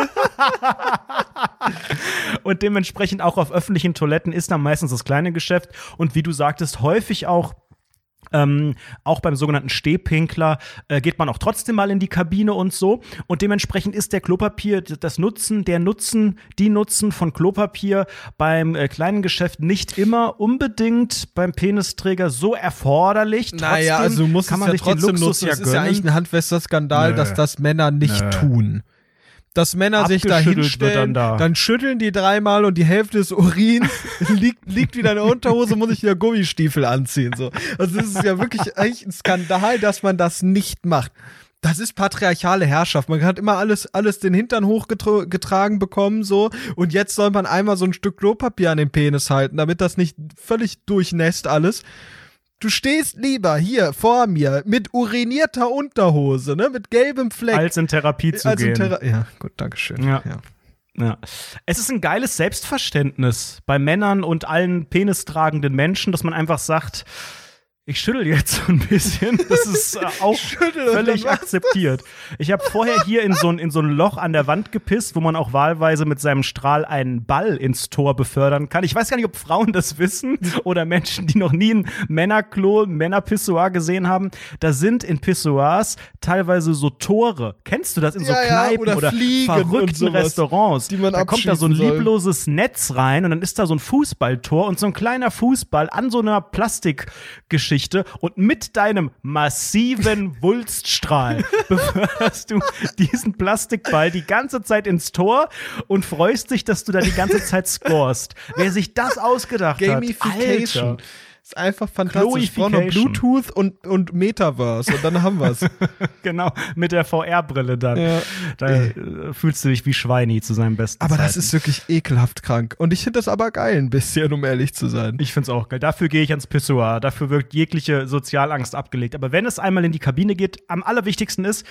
S2: Und dementsprechend auch auf öffentlichen Toiletten ist dann meistens das kleine Geschäft. Und wie du sagtest, häufig auch Ähm, auch beim sogenannten Stehpinkler äh, geht man auch trotzdem mal in die Kabine und so. Und dementsprechend ist der Klopapier, das Nutzen, der Nutzen, die Nutzen von Klopapier beim äh, kleinen Geschäft nicht immer unbedingt beim Penisträger so erforderlich.
S1: Naja,
S2: Trotzdem
S1: also muss
S2: kann
S1: es
S2: man
S1: ja
S2: sich den
S1: trotzdem
S2: Luxus
S1: nutzen.
S2: ja
S1: Es ist ja
S2: gönnen.
S1: eigentlich ein handfester Skandal,
S2: Nö.
S1: dass das Männer nicht
S2: Nö.
S1: tun. Dass Männer sich da
S2: Abgeschüttelt
S1: hinstellen,
S2: wird dann da.
S1: dann schütteln die dreimal und die Hälfte des Urins liegt, liegt wieder in der Unterhose, muss ich wieder Gummistiefel anziehen. So. Also es ist ja wirklich eigentlich ein Skandal, dass man das nicht macht. Das ist patriarchale Herrschaft. Man hat immer alles, alles den Hintern hochgetragen bekommen, so. Und jetzt soll man einmal so ein Stück Klopapier an den Penis halten, damit das nicht völlig durchnässt alles. Du stehst lieber hier vor mir mit urinierter Unterhose, ne, mit gelbem Fleck.
S2: als in Therapie zu
S1: Als in
S2: gehen.
S1: Thera- ja, gut, dankeschön.
S2: Ja.
S1: Ja.
S2: Ja. Es ist ein geiles Selbstverständnis bei Männern und allen penistragenden Menschen, dass man einfach sagt, ich schüttel jetzt so ein bisschen. Das ist äh, auch
S1: schüttel und
S2: völlig
S1: dann machst
S2: akzeptiert. Ich habe vorher hier in so, ein, in so ein Loch an der Wand gepisst, wo man auch wahlweise mit seinem Strahl einen Ball ins Tor befördern kann. Ich weiß gar nicht, ob Frauen das wissen oder Menschen, die noch nie ein Männerklo, ein Männerpissoir gesehen haben. Da sind in Pissoirs teilweise so Tore. Kennst du das in so
S1: Ja, ja,
S2: Kneipen
S1: oder
S2: oder,
S1: Fliegen und
S2: verrückten
S1: sowas,
S2: Restaurants?
S1: die man
S2: da kommt da so ein
S1: abschießen soll.
S2: liebloses Netz rein und dann ist da so ein Fußballtor und so ein kleiner Fußball an so einer Plastikgeschichte und mit deinem massiven Wulststrahl beförderst du diesen Plastikball die ganze Zeit ins Tor und freust dich, dass du da die ganze Zeit scorest. Wer sich das ausgedacht
S1: Gamification.
S2: hat, Alter.
S1: Ist einfach fantastisch. Ich brauche noch
S2: Chloification.
S1: Bluetooth und, und Metaverse und dann haben wir's.
S2: Genau, mit der V R-Brille dann.
S1: Ja.
S2: Da äh, fühlst du dich wie Schweini zu seinem besten
S1: Aber
S2: Zeiten.
S1: das ist wirklich ekelhaft krank. Und ich finde das aber geil ein bisschen, um ehrlich zu sein.
S2: Ich find's auch geil. Dafür gehe ich ans Pissoir. Dafür wird jegliche Sozialangst abgelegt. Aber wenn es einmal in die Kabine geht, am allerwichtigsten ist,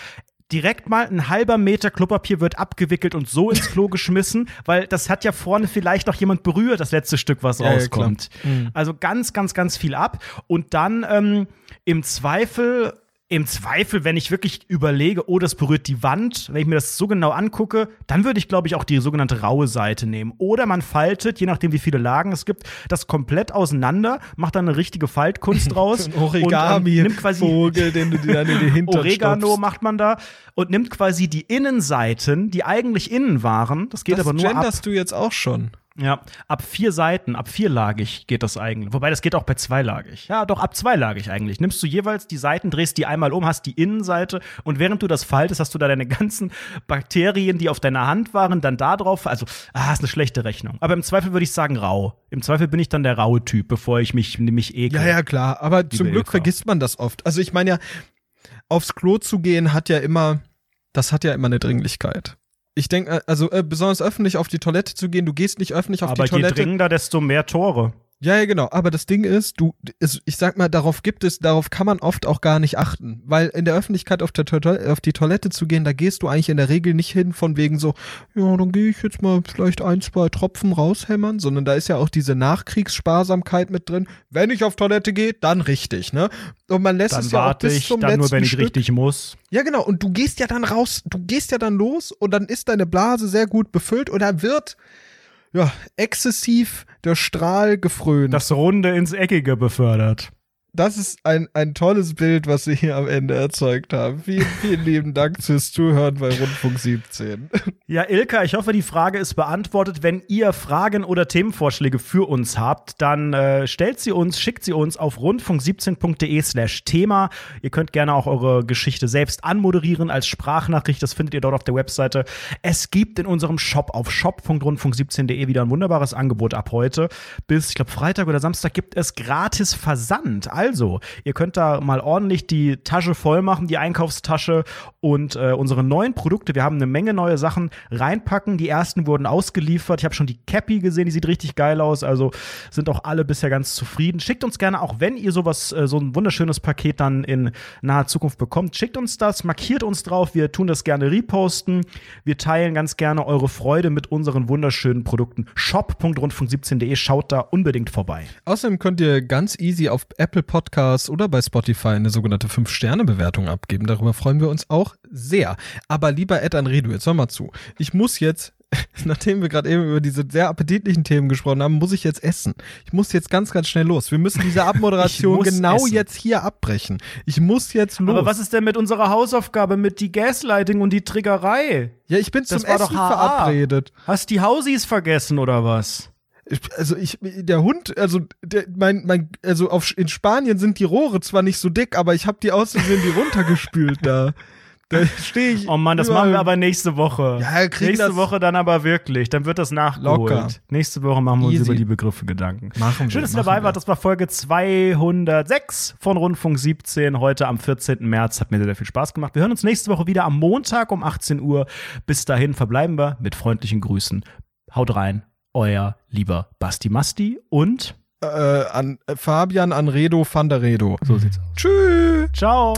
S2: direkt mal ein halber Meter Klopapier wird abgewickelt und so ins Klo geschmissen, weil das hat ja vorne vielleicht noch jemand berührt, das letzte Stück, was
S1: Ja,
S2: rauskommt.
S1: ja, mhm.
S2: Also ganz, ganz, ganz viel ab. Und dann ähm, im Zweifel Im Zweifel, wenn ich wirklich überlege, oh, das berührt die Wand, wenn ich mir das so genau angucke, dann würde ich, glaube ich, auch die sogenannte raue Seite nehmen. Oder man faltet, je nachdem, wie viele Lagen es gibt, das komplett auseinander, macht dann eine richtige Faltkunst draus.
S1: Ein Origami,
S2: und, ähm, nimmt quasi
S1: Vogel, den du dir dann in die Hintern
S2: Oregano
S1: stopfst.
S2: macht man da und nimmt quasi die Innenseiten, die eigentlich innen waren. Das geht
S1: Das
S2: aber nur ab.
S1: genderst du jetzt auch schon.
S2: Ja, ab vier Seiten, ab vierlagig geht das eigentlich. Wobei, das geht auch bei zweilagig. Ja, doch, ab zweilagig eigentlich. Nimmst du jeweils die Seiten, drehst die einmal um, hast die Innenseite und während du das faltest, hast du da deine ganzen Bakterien, die auf deiner Hand waren, dann da drauf. Also, ah, ist eine schlechte Rechnung. Aber im Zweifel würde ich sagen rau. Im Zweifel bin ich dann der raue Typ, bevor ich mich nämlich ekel.
S1: Ja, ja, klar. Aber zum Glück
S2: Ilka.
S1: vergisst man das oft. Also ich meine ja, aufs Klo zu gehen hat ja immer, das hat ja immer eine Dringlichkeit. Ich denke, also äh, besonders öffentlich auf die Toilette zu gehen, du gehst nicht öffentlich auf
S2: Aber
S1: die Toilette.
S2: je dringender, desto mehr Tore.
S1: Ja, ja, genau. Aber das Ding ist, du, ist, ich sag mal, darauf gibt es, darauf kann man oft auch gar nicht achten. Weil in der Öffentlichkeit auf, der to- auf die Toilette zu gehen, da gehst du eigentlich in der Regel nicht hin von wegen so, ja, dann gehe ich jetzt mal vielleicht ein, zwei Tropfen raushämmern, sondern da ist ja auch diese Nachkriegssparsamkeit mit drin. Wenn ich auf Toilette gehe, dann richtig, ne? Und man lässt
S2: Dann
S1: es ja auch
S2: warte
S1: bis
S2: ich,
S1: zum
S2: dann
S1: letzten
S2: nur, wenn ich
S1: Stück.
S2: richtig muss.
S1: Ja, genau. Und du gehst ja dann raus, du gehst ja dann los und dann ist deine Blase sehr gut befüllt und dann wird, ja, exzessiv der Strahl gefrönt.
S2: Das Runde ins Eckige befördert.
S1: Das ist ein, ein tolles Bild, was wir hier am Ende erzeugt haben. Vielen, vielen lieben Dank fürs Zuhören bei Rundfunk siebzehn.
S2: Ja, Ilka, ich hoffe, die Frage ist beantwortet. Wenn ihr Fragen oder Themenvorschläge für uns habt, dann äh, stellt sie uns, schickt sie uns auf rundfunk siebzehn punkt de slash Thema. Ihr könnt gerne auch eure Geschichte selbst anmoderieren als Sprachnachricht. Das findet ihr dort auf der Webseite. Es gibt in unserem Shop auf shop punkt rundfunk siebzehn punkt de wieder ein wunderbares Angebot ab heute. Bis, ich glaube, Freitag oder Samstag gibt es gratis Versand. Also, ihr könnt da mal ordentlich die Tasche voll machen, die Einkaufstasche und äh, unsere neuen Produkte. Wir haben eine Menge neue Sachen reinpacken. Die ersten wurden ausgeliefert. Ich habe schon die Cappy gesehen, die sieht richtig geil aus. Also sind auch alle bisher ganz zufrieden. Schickt uns gerne, auch wenn ihr sowas, äh, so ein wunderschönes Paket dann in naher Zukunft bekommt, schickt uns das, markiert uns drauf. Wir tun das gerne reposten. Wir teilen ganz gerne eure Freude mit unseren wunderschönen Produkten. shop punkt rundfunk siebzehn punkt de, schaut da unbedingt vorbei.
S1: Außerdem könnt ihr ganz easy auf Apple Podcasts oder bei Spotify eine sogenannte fünf Sterne Bewertung abgeben. Darüber freuen wir uns auch sehr. Aber lieber Ed Anredo, jetzt hör mal zu. Ich muss jetzt, nachdem wir gerade eben über diese sehr appetitlichen Themen gesprochen haben, muss ich jetzt essen. Ich muss jetzt ganz, ganz schnell los. Wir müssen diese Abmoderation
S2: muss
S1: genau
S2: essen.
S1: jetzt hier abbrechen. Ich muss jetzt los.
S2: Aber was ist denn mit unserer Hausaufgabe, mit die Gaslighting und die Triggerei?
S1: Ja, ich bin
S2: Das
S1: zum
S2: war
S1: Essen
S2: doch H A.
S1: verabredet.
S2: Hast die Hausis vergessen oder was?
S1: Ich, also ich, der Hund, also der, mein, mein, also auf, in Spanien sind die Rohre zwar nicht so dick, aber ich habe die aus Versehen die runtergespült da. Da stehe ich.
S2: Oh Mann, das
S1: überall.
S2: machen wir aber nächste Woche.
S1: Ja, wir kriegen
S2: nächste
S1: das
S2: Woche dann aber wirklich. Dann wird das nachgeholt.
S1: Locker.
S2: Nächste Woche machen wir uns
S1: Easy.
S2: über die Begriffe Gedanken.
S1: Machen wir,
S2: Schön, dass ihr
S1: machen
S2: dabei
S1: wir.
S2: wart. Das war Folge zweihundertsechs von Rundfunk siebzehn. Heute am vierzehnten März. Hat mir sehr, sehr viel Spaß gemacht. Wir hören uns nächste Woche wieder am Montag um achtzehn Uhr. Bis dahin verbleiben wir mit freundlichen Grüßen. Haut rein. Euer lieber Basti Masti und
S1: Äh, an äh, Fabian Anredo van der Redo.
S2: so sieht's aus.
S1: Tschüss.
S2: Ciao.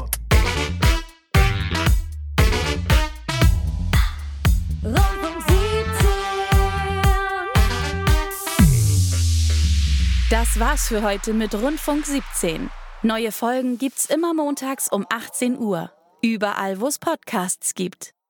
S3: Rundfunk siebzehn.
S4: Das war's für heute mit Rundfunk siebzehn. Neue Folgen gibt's immer montags um achtzehn Uhr. Überall, wo es Podcasts gibt.